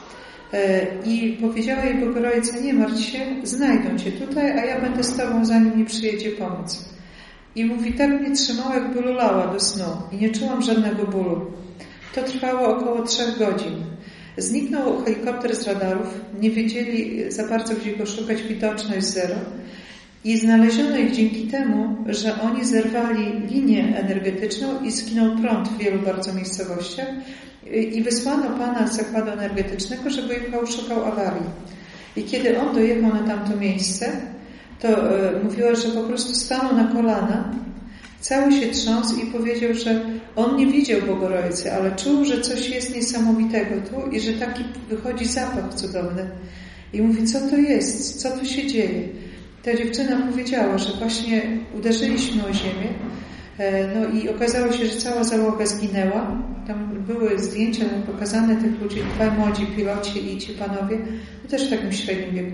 I powiedziała jej Bogorodica, nie martw się, znajdą cię tutaj, a ja będę z tobą, zanim nie przyjedzie pomoc. I mówi, tak mnie trzymała, jakby lulała do snu i nie czułam żadnego bólu. To trwało około 3 godzin. Zniknął helikopter z radarów, nie wiedzieli za bardzo, gdzie go szukać, widoczność 0. I znaleziono ich dzięki temu, że oni zerwali linię energetyczną i zginął prąd w wielu bardzo miejscowościach i wysłano pana z zakładu energetycznego, żeby jechał, szukał awarii. I kiedy on dojechał na tamto miejsce, to mówiła, że po prostu stanął na kolana, cały się trząsł i powiedział, że on nie widział Bogorodicy, ale czuł, że coś jest niesamowitego tu i że taki wychodzi zapach cudowny. I mówi, co to jest? Co tu się dzieje? Ta dziewczyna powiedziała, że właśnie uderzyliśmy o ziemię, no i okazało się, że cała załoga zginęła. Tam były zdjęcia pokazane tych ludzi, 2 młodzi piloci i ci panowie, też w takim średnim wieku.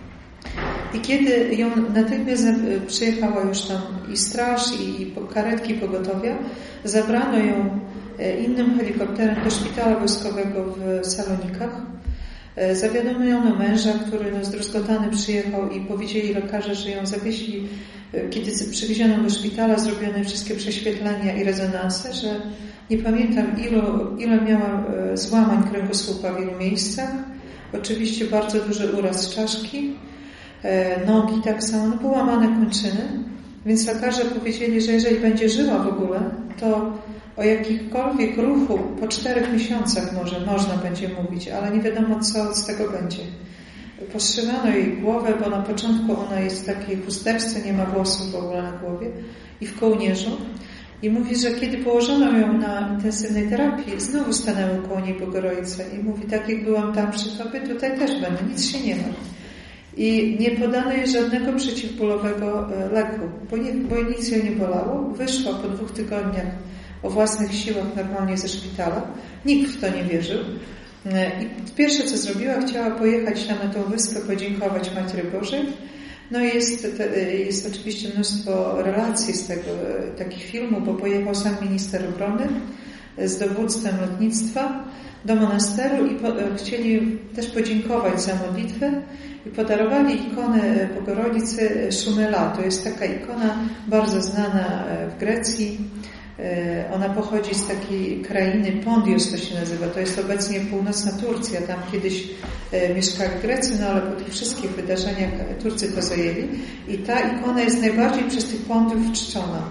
I kiedy ją natychmiast przyjechała już tam i straż, i karetki pogotowia, zabrano ją innym helikopterem do szpitala wojskowego w Salonikach. Zawiadomiono męża, który zdruzgotany przyjechał i powiedzieli lekarze, że ją zawiesili. Kiedy przywieziono do szpitala, zrobione wszystkie prześwietlenia i rezonanse, że nie pamiętam ile miała złamań kręgosłupa w ilu miejscach. Oczywiście bardzo duży uraz czaszki, nogi tak samo, połamane kończyny. Więc lekarze powiedzieli, że jeżeli będzie żyła w ogóle, to o jakichkolwiek ruchu po 4 miesiącach może można będzie mówić, ale nie wiadomo, co z tego będzie. Poszywano jej głowę, bo na początku ona jest w takiej chusteczce, nie ma włosów w ogóle na głowie i w kołnierzu. I mówi, że kiedy położono ją na intensywnej terapii, znowu stanęły koło niej Bogorodice i mówi, tak jak byłam tam przy tobie, tutaj też będę, nic się nie ma. I nie podano jej żadnego przeciwbólowego leku, bo nic jej nie bolało. Wyszła po 2 tygodniach o własnych siłach normalnie ze szpitala. Nikt w to nie wierzył. I pierwsze, co zrobiła, chciała pojechać na tę wyspę, podziękować Matce Bożej. No i jest oczywiście mnóstwo relacji z tego, takich filmów, bo pojechał sam minister obrony z dowództwem lotnictwa do monasteru i chcieli też podziękować za modlitwę i podarowali ikonę Bogorodicy Szumela. To jest taka ikona bardzo znana w Grecji. Ona pochodzi z takiej krainy, Pondius to się nazywa, to jest obecnie północna Turcja, tam kiedyś mieszkali Grecy, no ale po tych wszystkich wydarzeniach Turcy to zajęli i ta ikona jest najbardziej przez tych Pondiów czczona.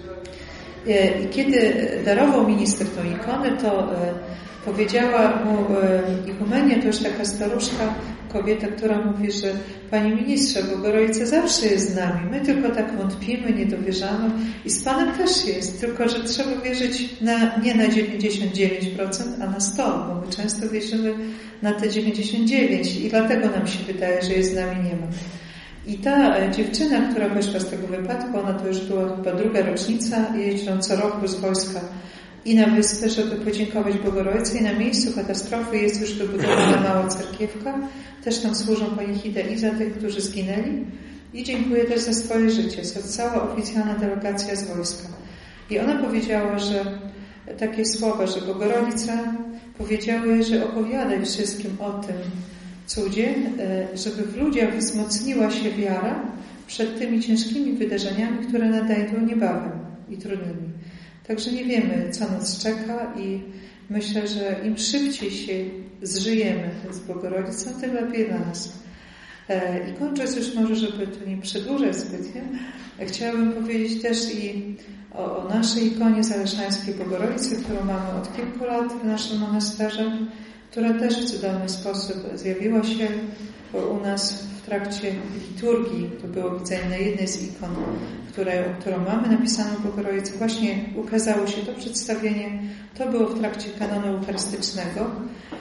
I kiedy darował minister tą ikonę, to powiedziała mu igumenia, to już taka staruszka, kobieta, która mówi, że Panie Ministrze, Bogorodica zawsze jest z nami, my tylko tak wątpimy, nie dowierzamy i z Panem też jest, tylko że trzeba wierzyć nie na 99%, a na 100%, bo my często wierzymy na te 99% i dlatego nam się wydaje, że jest z nami nie ma. I ta dziewczyna, która wyszła z tego wypadku, ona to już była chyba 2. rocznica, jeździą co roku z wojska i na wyspę, żeby podziękować Bogorodicy i na miejscu katastrofy jest już wybudowana mała cerkiewka. Też tam służą panichida i za tych, którzy zginęli. I dziękuję też za swoje życie. To cała oficjalna delegacja z wojska. I ona powiedziała, że takie słowa, że Bogorodica powiedziała jej, że opowiadaj wszystkim o tym cudzie, żeby w ludziach wzmocniła się wiara przed tymi ciężkimi wydarzeniami, które nadejdą niebawem i trudnymi. Także nie wiemy, co nas czeka i myślę, że im szybciej się zżyjemy z Bogorodzicą, tym lepiej dla nas. I kończąc już może, żeby tu nie przedłużać zbytnio, chciałabym powiedzieć też i o naszej ikonie Zaleszańskiej Bogorodicy, którą mamy od kilku lat w naszym monasterze, która też w cudowny sposób zjawiła się u nas w trakcie liturgii. To było widzenie na jednej z ikon, którą mamy napisaną Bogorodicy. Właśnie ukazało się to przedstawienie. To było w trakcie kanonu eucharystycznego.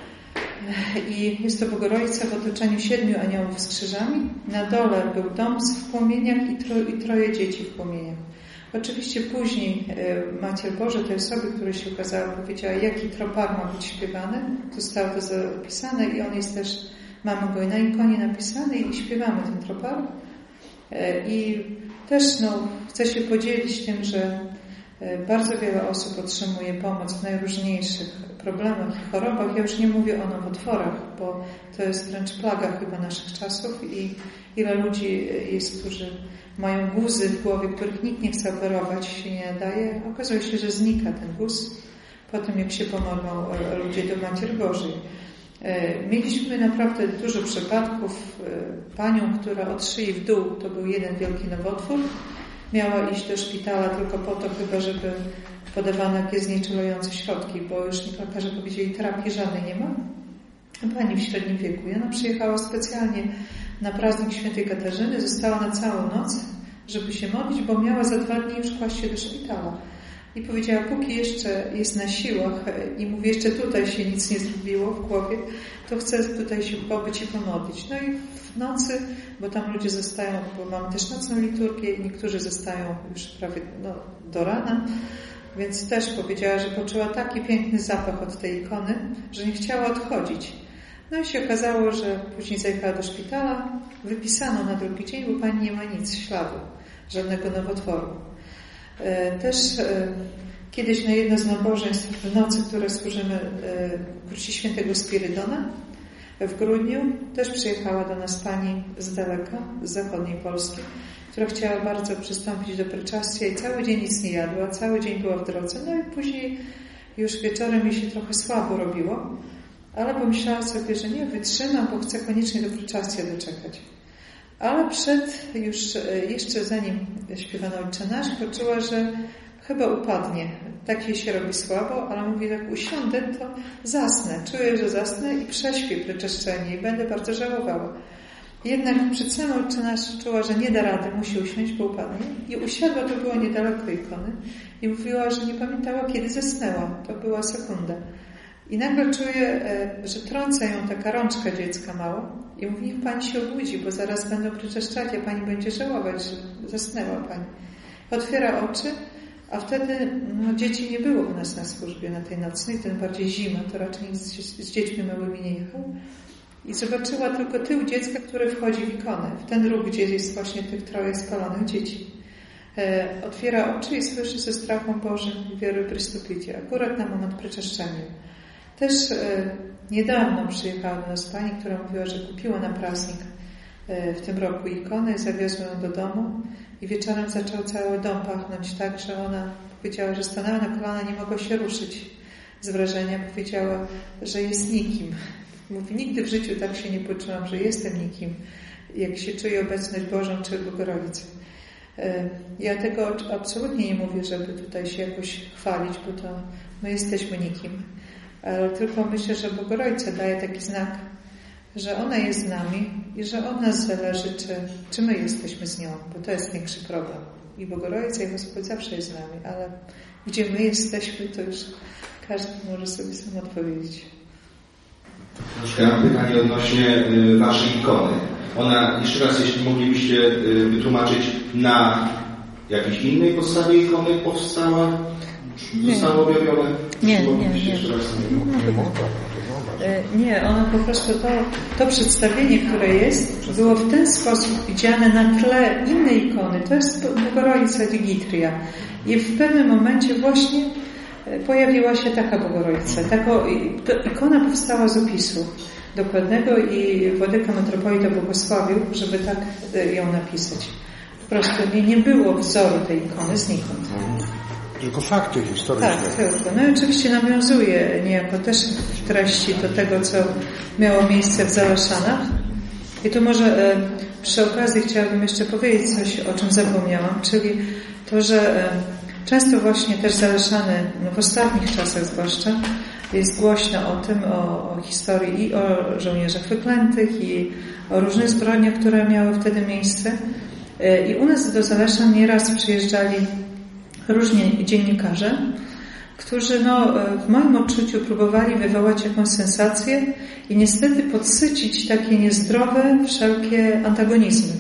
I jest to Bogorodica w otoczeniu 7 aniołów z krzyżami. Na dole był dom w płomieniach i 3 dzieci w płomieniach. Oczywiście później Matka Boża, tej osoby, która się ukazała, powiedziała, jaki tropar ma być śpiewany. Zostało to zapisane i on jest też, mamy go na ikonie napisany i śpiewamy ten tropar. I też chcę się podzielić tym, że bardzo wiele osób otrzymuje pomoc w najróżniejszych problemach i chorobach. Ja już nie mówię o nowotworach, bo to jest wręcz plaga chyba naszych czasów i ile ludzi jest, którzy mają guzy w głowie, których nikt nie chce operować, się nie nadaje. Okazuje się, że znika ten guz po tym, jak się pomodlą ludzie do Matki Bożej. Mieliśmy naprawdę dużo przypadków. Panią, która od szyi w dół, to był jeden wielki nowotwór, miała iść do szpitala tylko po to chyba, żeby podawano jakieś znieczulające środki, bo już lekarze powiedzieli, terapii żadnej nie ma. Pani w średnim wieku. I ona przyjechała specjalnie na prazdnik Świętej Katarzyny, została na całą noc, żeby się modlić, bo miała za 2 dni już kłaść się do szpitala. I powiedziała, póki jeszcze jest na siłach i mówi, jeszcze tutaj się nic nie zrobiło w głowie, to chcę tutaj się pobyć i pomodlić. No i w nocy, bo tam ludzie zostają, bo mamy też nocną liturgię i niektórzy zostają już prawie do rana, więc też powiedziała, że poczuła taki piękny zapach od tej ikony, że nie chciała odchodzić. No i się okazało, że później zajechała do szpitala, wypisano na drugi dzień, bo pani nie ma nic, śladu, żadnego nowotworu. Też kiedyś na jedno z nabożeństw w nocy, które służymy w Kruci Świętego Spirydona w grudniu, też przyjechała do nas pani z daleka, z zachodniej Polski, która chciała bardzo przystąpić do pryczastia i cały dzień nic nie jadła, cały dzień była w drodze. No i później już wieczorem jej się trochę słabo robiło, ale pomyślała sobie, że nie, wytrzymam, bo chcę koniecznie do pryczastia doczekać. Ale jeszcze zanim śpiewano Ojcze Nasz, poczuła, że chyba upadnie. Tak jej się robi słabo, ale mówi, jak usiądę, to zasnę. Czuję, że zasnę i prześpię pryczeszczenie i będę bardzo żałowała. Jednak przed samym Ojcze Nasz czuła, że nie da rady, musi usiąść, bo upadnie. I usiadła, to było niedaleko ikony. I mówiła, że nie pamiętała, kiedy zasnęła. To była sekunda. I nagle czuje, że trąca ją taka rączka dziecka mała i mówi, niech pani się obudzi, bo zaraz będą pryczeszczać, a pani będzie żałować, że zasnęła pani. Otwiera oczy, a wtedy dzieci nie było u nas na służbie na tej nocnej, tym bardziej zima, to raczej nikt z dziećmi małymi nie jechał. I zobaczyła tylko tył dziecka, które wchodzi w ikonę, w ten róg, gdzie jest właśnie tych troje spalonych dzieci. Otwiera oczy i słyszy ze strachem Bożym wiery prystąpicie, akurat na moment pryczeszczenia. Też niedawno przyjechała do nas pani, która mówiła, że kupiła na prazdnik w tym roku ikonę, zawiozła ją do domu i wieczorem zaczął cały dom pachnąć tak, że ona powiedziała, że stanęła na kolana, nie mogła się ruszyć z wrażenia. Powiedziała, że jest nikim. Mówi, nigdy w życiu tak się nie poczułam, że jestem nikim, jak się czuję obecność Bożą czy Bogorodicy. Ja tego absolutnie nie mówię, żeby tutaj się jakoś chwalić, bo to my jesteśmy nikim. Ale tylko myślę, że Bogorodica daje taki znak, że ona jest z nami i że od nas zależy, czy my jesteśmy z nią, bo to jest większy problem. I Bogorodica i Gospodź zawsze jest z nami, ale gdzie my jesteśmy, to już każdy może sobie sam odpowiedzieć. Troszkę mam pytanie odnośnie waszej ikony. Ona, jeszcze raz, jeśli moglibyście wytłumaczyć, na jakiejś innej podstawie ikony powstała? Zostało objawione? Nie, ono po prostu to przedstawienie, które jest, było w ten sposób widziane na tle innej ikony. To jest Bogorodica Digitria. I w pewnym momencie właśnie pojawiła się taka Bogorodica. Ikona powstała z opisu dokładnego i Władyka Metropolita błogosławił, żeby tak ją napisać. Po prostu nie było wzoru tej ikony znikąd. Tylko fakty historyczne. Tak, tylko. No i oczywiście nawiązuje niejako też w treści do tego, co miało miejsce w Zalaszanach. I tu może przy okazji chciałabym jeszcze powiedzieć coś, o czym zapomniałam, czyli to, że często właśnie też Zalaszany, w ostatnich czasach zwłaszcza, jest głośno o tym, o historii i o żołnierzach wyklętych i o różnych zbrodniach, które miały wtedy miejsce. I u nas do Zalaszan nieraz przyjeżdżali różni dziennikarze, którzy w moim odczuciu próbowali wywołać jakąś sensację i niestety podsycić takie niezdrowe wszelkie antagonizmy.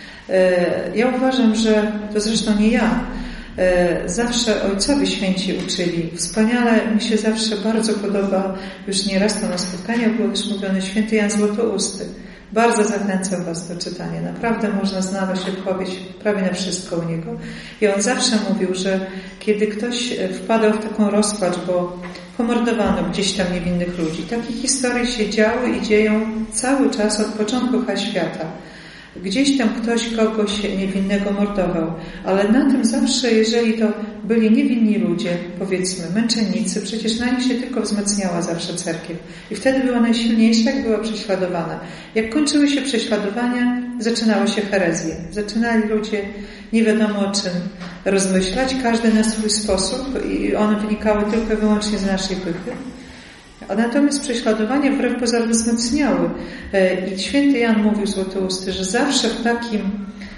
Ja uważam, że to zresztą nie ja, zawsze ojcowie święci uczyli. Wspaniale mi się zawsze bardzo podoba, już nieraz to na spotkaniach było też mówione, święty Jan Złotousty. Bardzo zachęcam Was do czytania. Naprawdę można znaleźć odpowiedź prawie na wszystko u niego. I on zawsze mówił, że kiedy ktoś wpadał w taką rozpacz, bo pomordowano gdzieś tam niewinnych ludzi, takie historie się działy i dzieją cały czas od początku świata. Gdzieś tam ktoś kogoś niewinnego mordował, ale na tym zawsze, jeżeli to byli niewinni ludzie, powiedzmy, męczennicy, przecież na nich się tylko wzmacniała zawsze cerkiew. I wtedy była najsilniejsza, jak była prześladowana. Jak kończyły się prześladowania, zaczynały się herezje. Zaczynali ludzie nie wiadomo o czym rozmyślać, każdy na swój sposób i one wynikały tylko i wyłącznie z naszej pychy. A natomiast prześladowania wbrew pozorom wzmacniały. I święty Jan mówił Złotousty, że zawsze w takim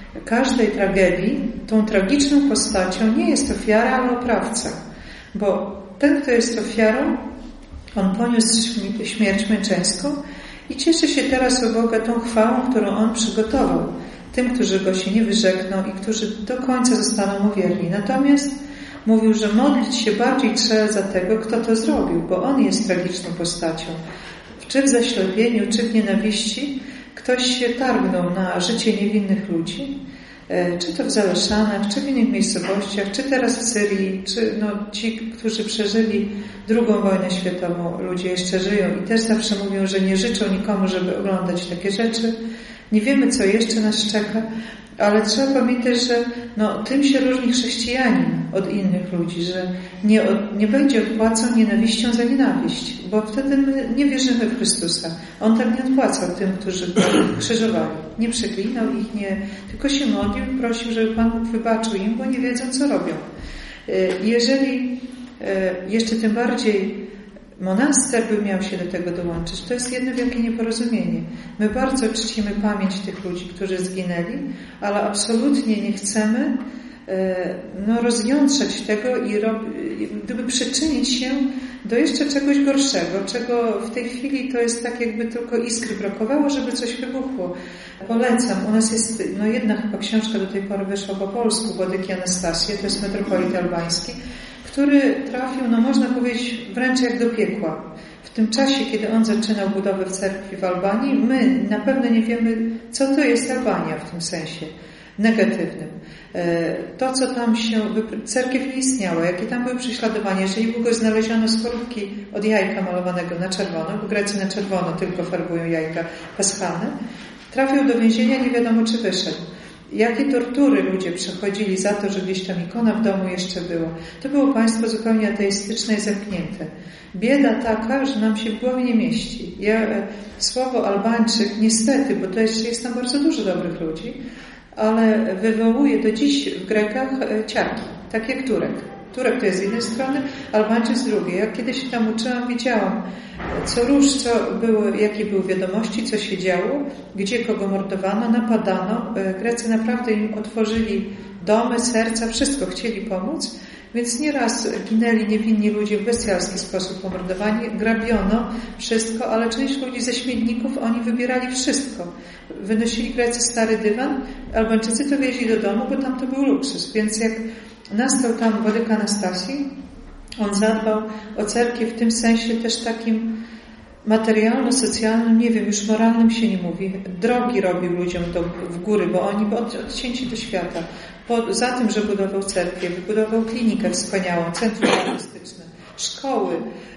każdej tragedii tą tragiczną postacią nie jest ofiara, ale oprawca. Bo ten, kto jest ofiarą, on poniósł śmierć męczeńską i cieszy się teraz u Boga tą chwałą, którą On przygotował tym, którzy Go się nie wyrzekną i którzy do końca zostaną Mu wierni. Natomiast mówił, że modlić się bardziej trzeba za tego, kto to zrobił, bo On jest tragiczną postacią. Czy w zaślepieniu, czy w nienawiści ktoś się targnął na życie niewinnych ludzi, czy to w Zaleszanach, czy w innych miejscowościach, czy teraz w Syrii, czy ci, którzy przeżyli II wojnę światową, ludzie jeszcze żyją i też zawsze mówią, że nie życzą nikomu, żeby oglądać takie rzeczy. Nie wiemy, co jeszcze nas czeka, ale trzeba pamiętać, że tym się różni chrześcijanin od innych ludzi, że nie będzie odpłacał nienawiścią za nienawiść, bo wtedy my nie wierzymy w Chrystusa. On tak nie odpłacał tym, którzy Go krzyżowali. Nie przeklinał ich, tylko się modlił i prosił, żeby Pan Bóg wybaczył im, bo nie wiedzą, co robią. Jeżeli jeszcze tym bardziej monaster by miał się do tego dołączyć, to jest jedno wielkie nieporozumienie. My bardzo czcimy pamięć tych ludzi, którzy zginęli, ale absolutnie nie chcemy rozjątrzać tego i gdyby przyczynić się do jeszcze czegoś gorszego, czego w tej chwili to jest tak, jakby tylko iskry brakowało, żeby coś wybuchło. Polecam. U nas jest jedna chyba książka do tej pory wyszła po polsku, Władyki Anastasje, to jest metropolita albański, który trafił, można powiedzieć, wręcz jak do piekła. W tym czasie, kiedy on zaczynał budowę cerkwi w Albanii, my na pewno nie wiemy, co to jest Albania w tym sensie negatywnym. To, co tam cerkiew nie istniała, jakie tam były prześladowania. Jeżeli długo znaleziono skorupki od jajka malowanego na czerwono, bo Grecy na czerwono tylko farbują jajka paschalne, trafił do więzienia, nie wiadomo, czy wyszedł. Jakie tortury ludzie przechodzili za to, że gdzieś tam ikona w domu jeszcze była. To było państwo zupełnie ateistyczne i zamknięte. Bieda taka, że nam się w głowie nie mieści. Słowo Albańczyk, niestety, bo to jest tam bardzo dużo dobrych ludzi, ale wywołuje do dziś w Grekach ciarki, tak jak Turek. Turek to jest z jednej strony, Albańczyk z drugiej. Ja kiedyś się tam uczyłam, wiedziałam co róż, jakie były wiadomości, co się działo, gdzie kogo mordowano, napadano. Grecy naprawdę im otworzyli domy, serca, wszystko chcieli pomóc, więc nieraz ginęli niewinni ludzie w bestialski sposób pomordowani, grabiono wszystko, ale część ludzi ze śmietników, oni wybierali wszystko. Wynosili Grecy stary dywan, Albańczycy to wieźli do domu, bo tam to był luksus, więc jak nastał tam Władyka Anastasji, on zadbał o cerkiew w tym sensie też takim materialno-socjalnym, nie wiem, już moralnym się nie mówi. Drogi robił ludziom w góry, bo oni byli odcięci do świata. Za tym, że budował cerkiew, wybudował klinikę wspaniałą, centrum artystyczne, szkoły,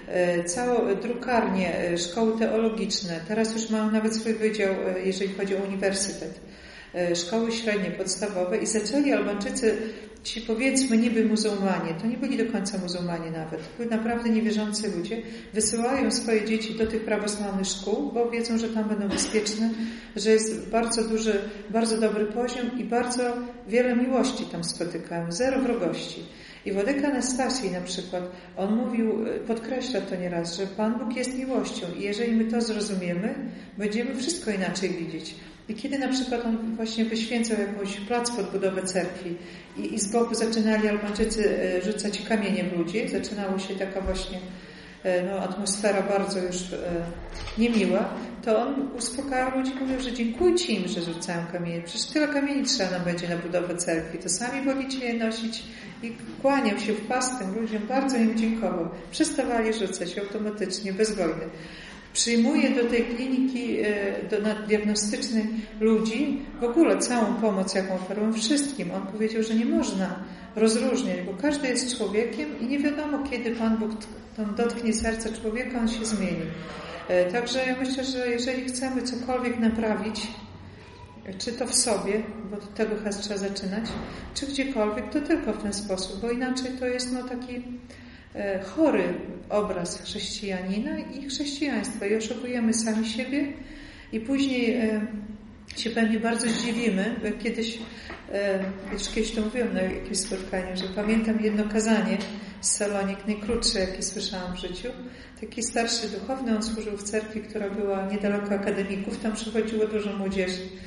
całe drukarnie, szkoły teologiczne. Teraz już mają nawet swój wydział, jeżeli chodzi o uniwersytet. Szkoły średnie, podstawowe i zaczęli Albańczycy, ci powiedzmy niby muzułmanie, to nie byli do końca muzułmanie nawet, to byli naprawdę niewierzący ludzie, wysyłają swoje dzieci do tych prawosławnych szkół, bo wiedzą, że tam będą bezpieczne, że jest bardzo dobry poziom i bardzo wiele miłości tam spotykają, zero wrogości. I Władyka Anastasji na przykład, on mówił, podkreśla to nieraz, że Pan Bóg jest miłością i jeżeli my to zrozumiemy, będziemy wszystko inaczej widzieć. I kiedy na przykład on właśnie wyświęcał jakąś plac pod budowę cerkwi i z boku zaczynali Albańczycy rzucać kamienie w ludzi, zaczynało się taka właśnie atmosfera bardzo już niemiła, to on uspokajał ludzi, mówił, że dziękujcie im, że rzucają kamienie. Przecież tyle kamieni trzeba nam będzie na budowę cerkwi, to sami wolicie je nosić i kłaniał się w pas tym ludziom, bardzo im dziękował. Przestawali rzucać automatycznie, bez wojny. Przyjmuje do tej kliniki diagnostycznej ludzi, w ogóle całą pomoc, jaką oferują wszystkim. On powiedział, że nie można rozróżniać, bo każdy jest człowiekiem i nie wiadomo, kiedy Pan Bóg dotknie serca człowieka, on się zmieni. Także ja myślę, że jeżeli chcemy cokolwiek naprawić, czy to w sobie, bo od tego chyba trzeba zaczynać, czy gdziekolwiek, to tylko w ten sposób, bo inaczej to jest taki chory obraz chrześcijanina i chrześcijaństwa i oszukujemy sami siebie i później się pewnie bardzo zdziwimy. Kiedyś to mówiłam na jakimś spotkaniu, że pamiętam jedno kazanie z Salonik, najkrótsze, jakie słyszałam w życiu. Taki starszy duchowny, on służył w cerkwi, która była niedaleko akademików, tam przychodziło dużo młodzieży.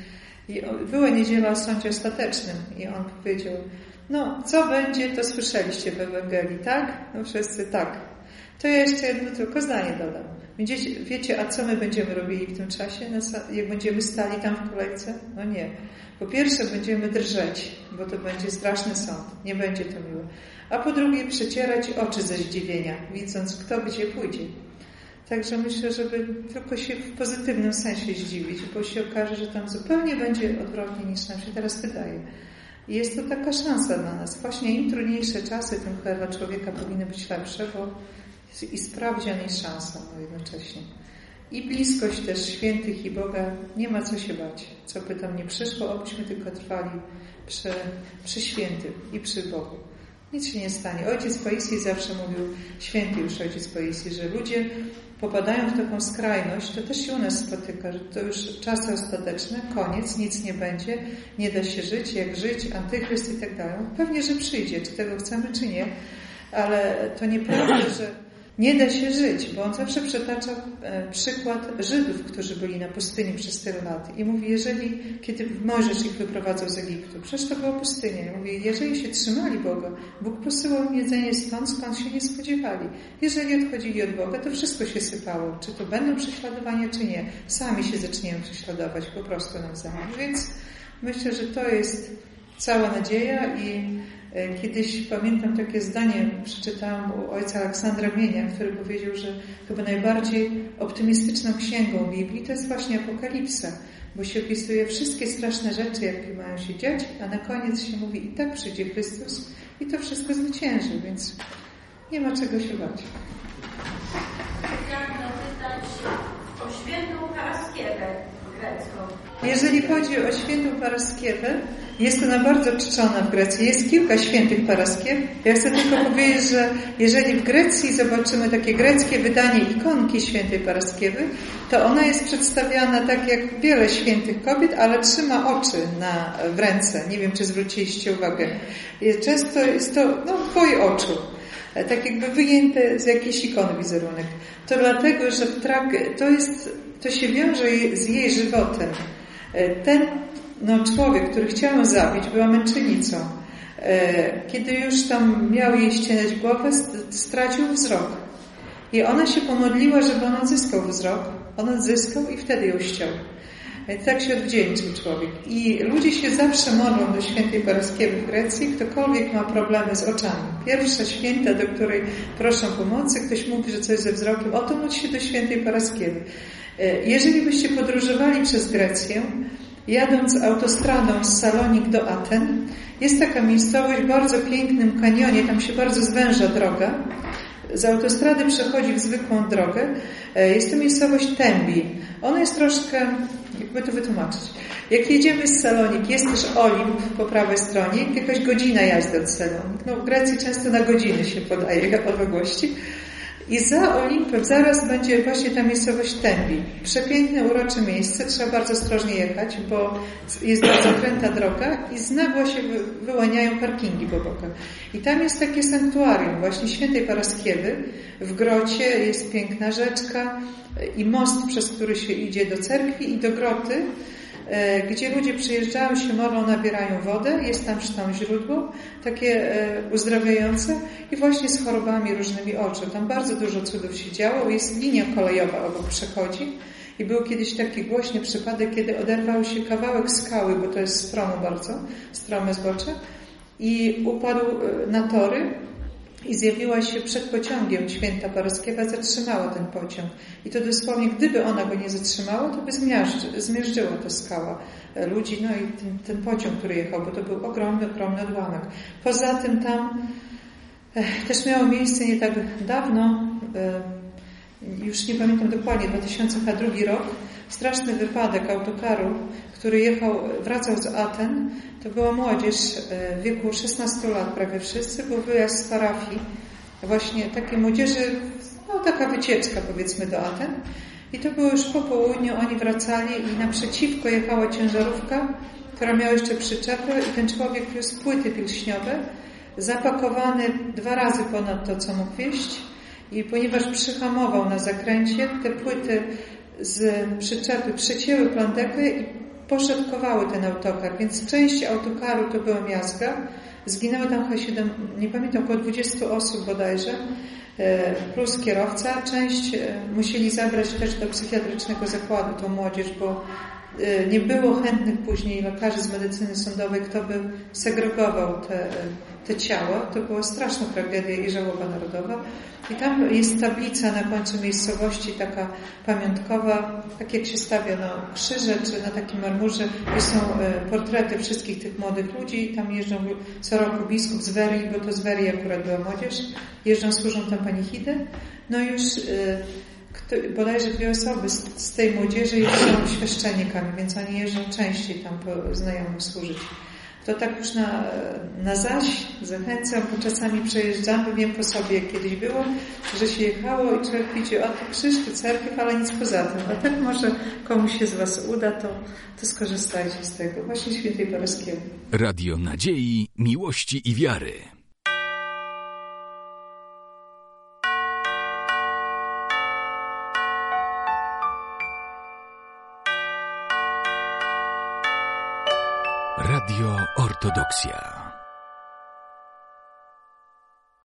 I była niedziela o sądzie ostatecznym i on powiedział, no co będzie, to słyszeliście w Ewangelii, tak? No wszyscy tak. To ja jeszcze jedno tylko zdanie dodam. Wiecie, a co my będziemy robili w tym czasie, jak będziemy stali tam w kolejce? No nie. Po pierwsze będziemy drżeć, bo to będzie straszny sąd. Nie będzie to miłe. A po drugie przecierać oczy ze zdziwienia, widząc, kto gdzie pójdzie. Także myślę, żeby tylko się w pozytywnym sensie zdziwić, bo się okaże, że tam zupełnie będzie odwrotnie niż nam się teraz wydaje. I jest to taka szansa dla nas. Właśnie im trudniejsze czasy, tym chyba dla człowieka powinny być lepsze, bo i sprawdzian i szansa jednocześnie. I bliskość też świętych i Boga, nie ma co się bać. Co by tam nie przyszło, obyśmy tylko trwali przy świętym i przy Bogu. Nic się nie stanie. Ojciec Paisji zawsze mówił, święty już ojciec Paisji, że ludzie popadają w taką skrajność, to też się u nas spotyka, że to już czasy ostateczne, koniec, nic nie będzie, nie da się żyć, jak żyć, antychryst i tak dalej. Pewnie, że przyjdzie, czy tego chcemy, czy nie, ale to nieprawda, że nie da się żyć, bo on zawsze przytacza przykład Żydów, którzy byli na pustyni przez tyle lat. I mówi, kiedy Mojżesz ich wyprowadzał z Egiptu, przecież to była pustynia. I mówi, jeżeli się trzymali Boga, Bóg posyłał im jedzenie stąd, skąd się nie spodziewali. Jeżeli odchodzili od Boga, to wszystko się sypało. Czy to będą prześladowania, czy nie. Sami się zaczniemy prześladować po prostu nawzajem. Więc myślę, że to jest cała nadzieja i kiedyś pamiętam takie zdanie, przeczytałam u ojca Aleksandra Mienia, który powiedział, że chyba najbardziej optymistyczną księgą Biblii to jest właśnie Apokalipsa, bo się opisuje wszystkie straszne rzeczy, jakie mają się dziać, a na koniec się mówi i tak przyjdzie Chrystus i to wszystko zwycięży, więc nie ma czego się bać. Chciałam zapytać o świętą Paraskiewę grecką. Jeżeli chodzi o świętą Paraskiewę, jest ona bardzo czczona w Grecji. Jest kilka świętych Paraskiew. Ja chcę tylko powiedzieć, że jeżeli w Grecji zobaczymy takie greckie wydanie ikonki świętej Paraskiewy, to ona jest przedstawiana tak jak wiele świętych kobiet, ale trzyma oczy w ręce. Nie wiem, czy zwróciliście uwagę. Często jest to dwoje oczu. Tak jakby wyjęte z jakiejś ikony wizerunek. To dlatego, że to się wiąże z jej żywotem. Ten człowiek, który chciał ją zabić, była męczennicą. Kiedy już tam miał jej ścinać głowę, stracił wzrok. I ona się pomodliła, żeby on odzyskał wzrok. On odzyskał i wtedy ją ściął. Tak się odwdzięczył człowiek. I ludzie się zawsze modlą do świętej Paraskiewy w Grecji, ktokolwiek ma problemy z oczami. Pierwsza święta, do której proszą pomocy, ktoś mówi, że coś ze wzrokiem, oto módl się do świętej Paraskiewy. Jeżeli byście podróżowali przez Grecję, jadąc autostradą z Salonik do Aten, jest taka miejscowość w bardzo pięknym kanionie, tam się bardzo zwęża droga. Z autostrady przechodzi w zwykłą drogę. Jest to miejscowość Tembi. Ona jest troszkę, jakby to wytłumaczyć. Jak jedziemy z Salonik, jest też Olimp po prawej stronie, jakaś godzina jazdy od Salonik. W Grecji często na godziny się podaje odległości. I za Olimpem zaraz będzie właśnie ta miejscowość Tembi. Przepiękne, urocze miejsce, trzeba bardzo ostrożnie jechać, bo jest bardzo kręta droga i znagła się wyłaniają parkingi po bokach. I tam jest takie sanktuarium właśnie świętej Paraskiewy. W grocie jest piękna rzeczka i most, przez który się idzie do cerkwi i do groty, gdzie ludzie przyjeżdżają, się modlą, nabierają wodę, jest tam źródło, takie uzdrawiające i właśnie z chorobami różnymi oczu. Tam bardzo dużo cudów się działo, jest linia kolejowa obok przechodzi i był kiedyś taki głośny przypadek, kiedy oderwał się kawałek skały, bo to jest stromo bardzo, strome zbocze i upadł na tory. I zjawiła się przed pociągiem święta Paraskiewa, zatrzymała ten pociąg. I to dosłownie, gdyby ona go nie zatrzymała, to by zmiażdżyła ta skała ludzi, i ten pociąg, który jechał, bo to był ogromny odłamek. Poza tym tam też miało miejsce nie tak dawno, już nie pamiętam dokładnie, 2002 rok, straszny wypadek autokaru, który wracał z Aten. To była młodzież w wieku 16 lat, prawie wszyscy, był wyjazd z parafii, właśnie takiej młodzieży, taka wycieczka powiedzmy do Aten. I to było już po południu, oni wracali i naprzeciwko jechała ciężarówka, która miała jeszcze przyczepę i ten człowiek wiózł płyty pilśniowe, zapakowany 2 razy ponad to, co mógł wieźć. I ponieważ przyhamował na zakręcie, te płyty z przyczepy przecięły plandekę i porządkowały ten autokar, więc część autokaru to była miazga. Zginęło tam chyba nie pamiętam, około 20 osób bodajże, plus kierowca. Część musieli zabrać też do psychiatrycznego zakładu tą młodzież, bo nie było chętnych później lekarzy z medycyny sądowej, kto by segregował te ciała. To była straszna tragedia i żałoba narodowa. I tam jest tablica na końcu miejscowości, taka pamiątkowa, tak jak się stawia krzyże, czy na takim marmurze, gdzie są portrety wszystkich tych młodych ludzi. Tam jeżdżą co roku biskup z Werii, bo to z Werii akurat była młodzież. Jeżdżą, służą tam panichidę. No już bodajże 2 osoby z tej młodzieży już są świeszczenikami, więc oni jeżdżą częściej tam po znajomym służyć. To tak już na zaś zachęcam, bo czasami przejeżdżam, bo wiem po sobie, jak kiedyś było, że się jechało i człowiek widzi, o, to krzyż, to cerkiew, ale nic poza tym. A tak może komuś się z Was uda, to skorzystajcie z tego. Właśnie świętej Paraskiewy. Radio Nadziei, Miłości i Wiary. Radio Ortodoksja.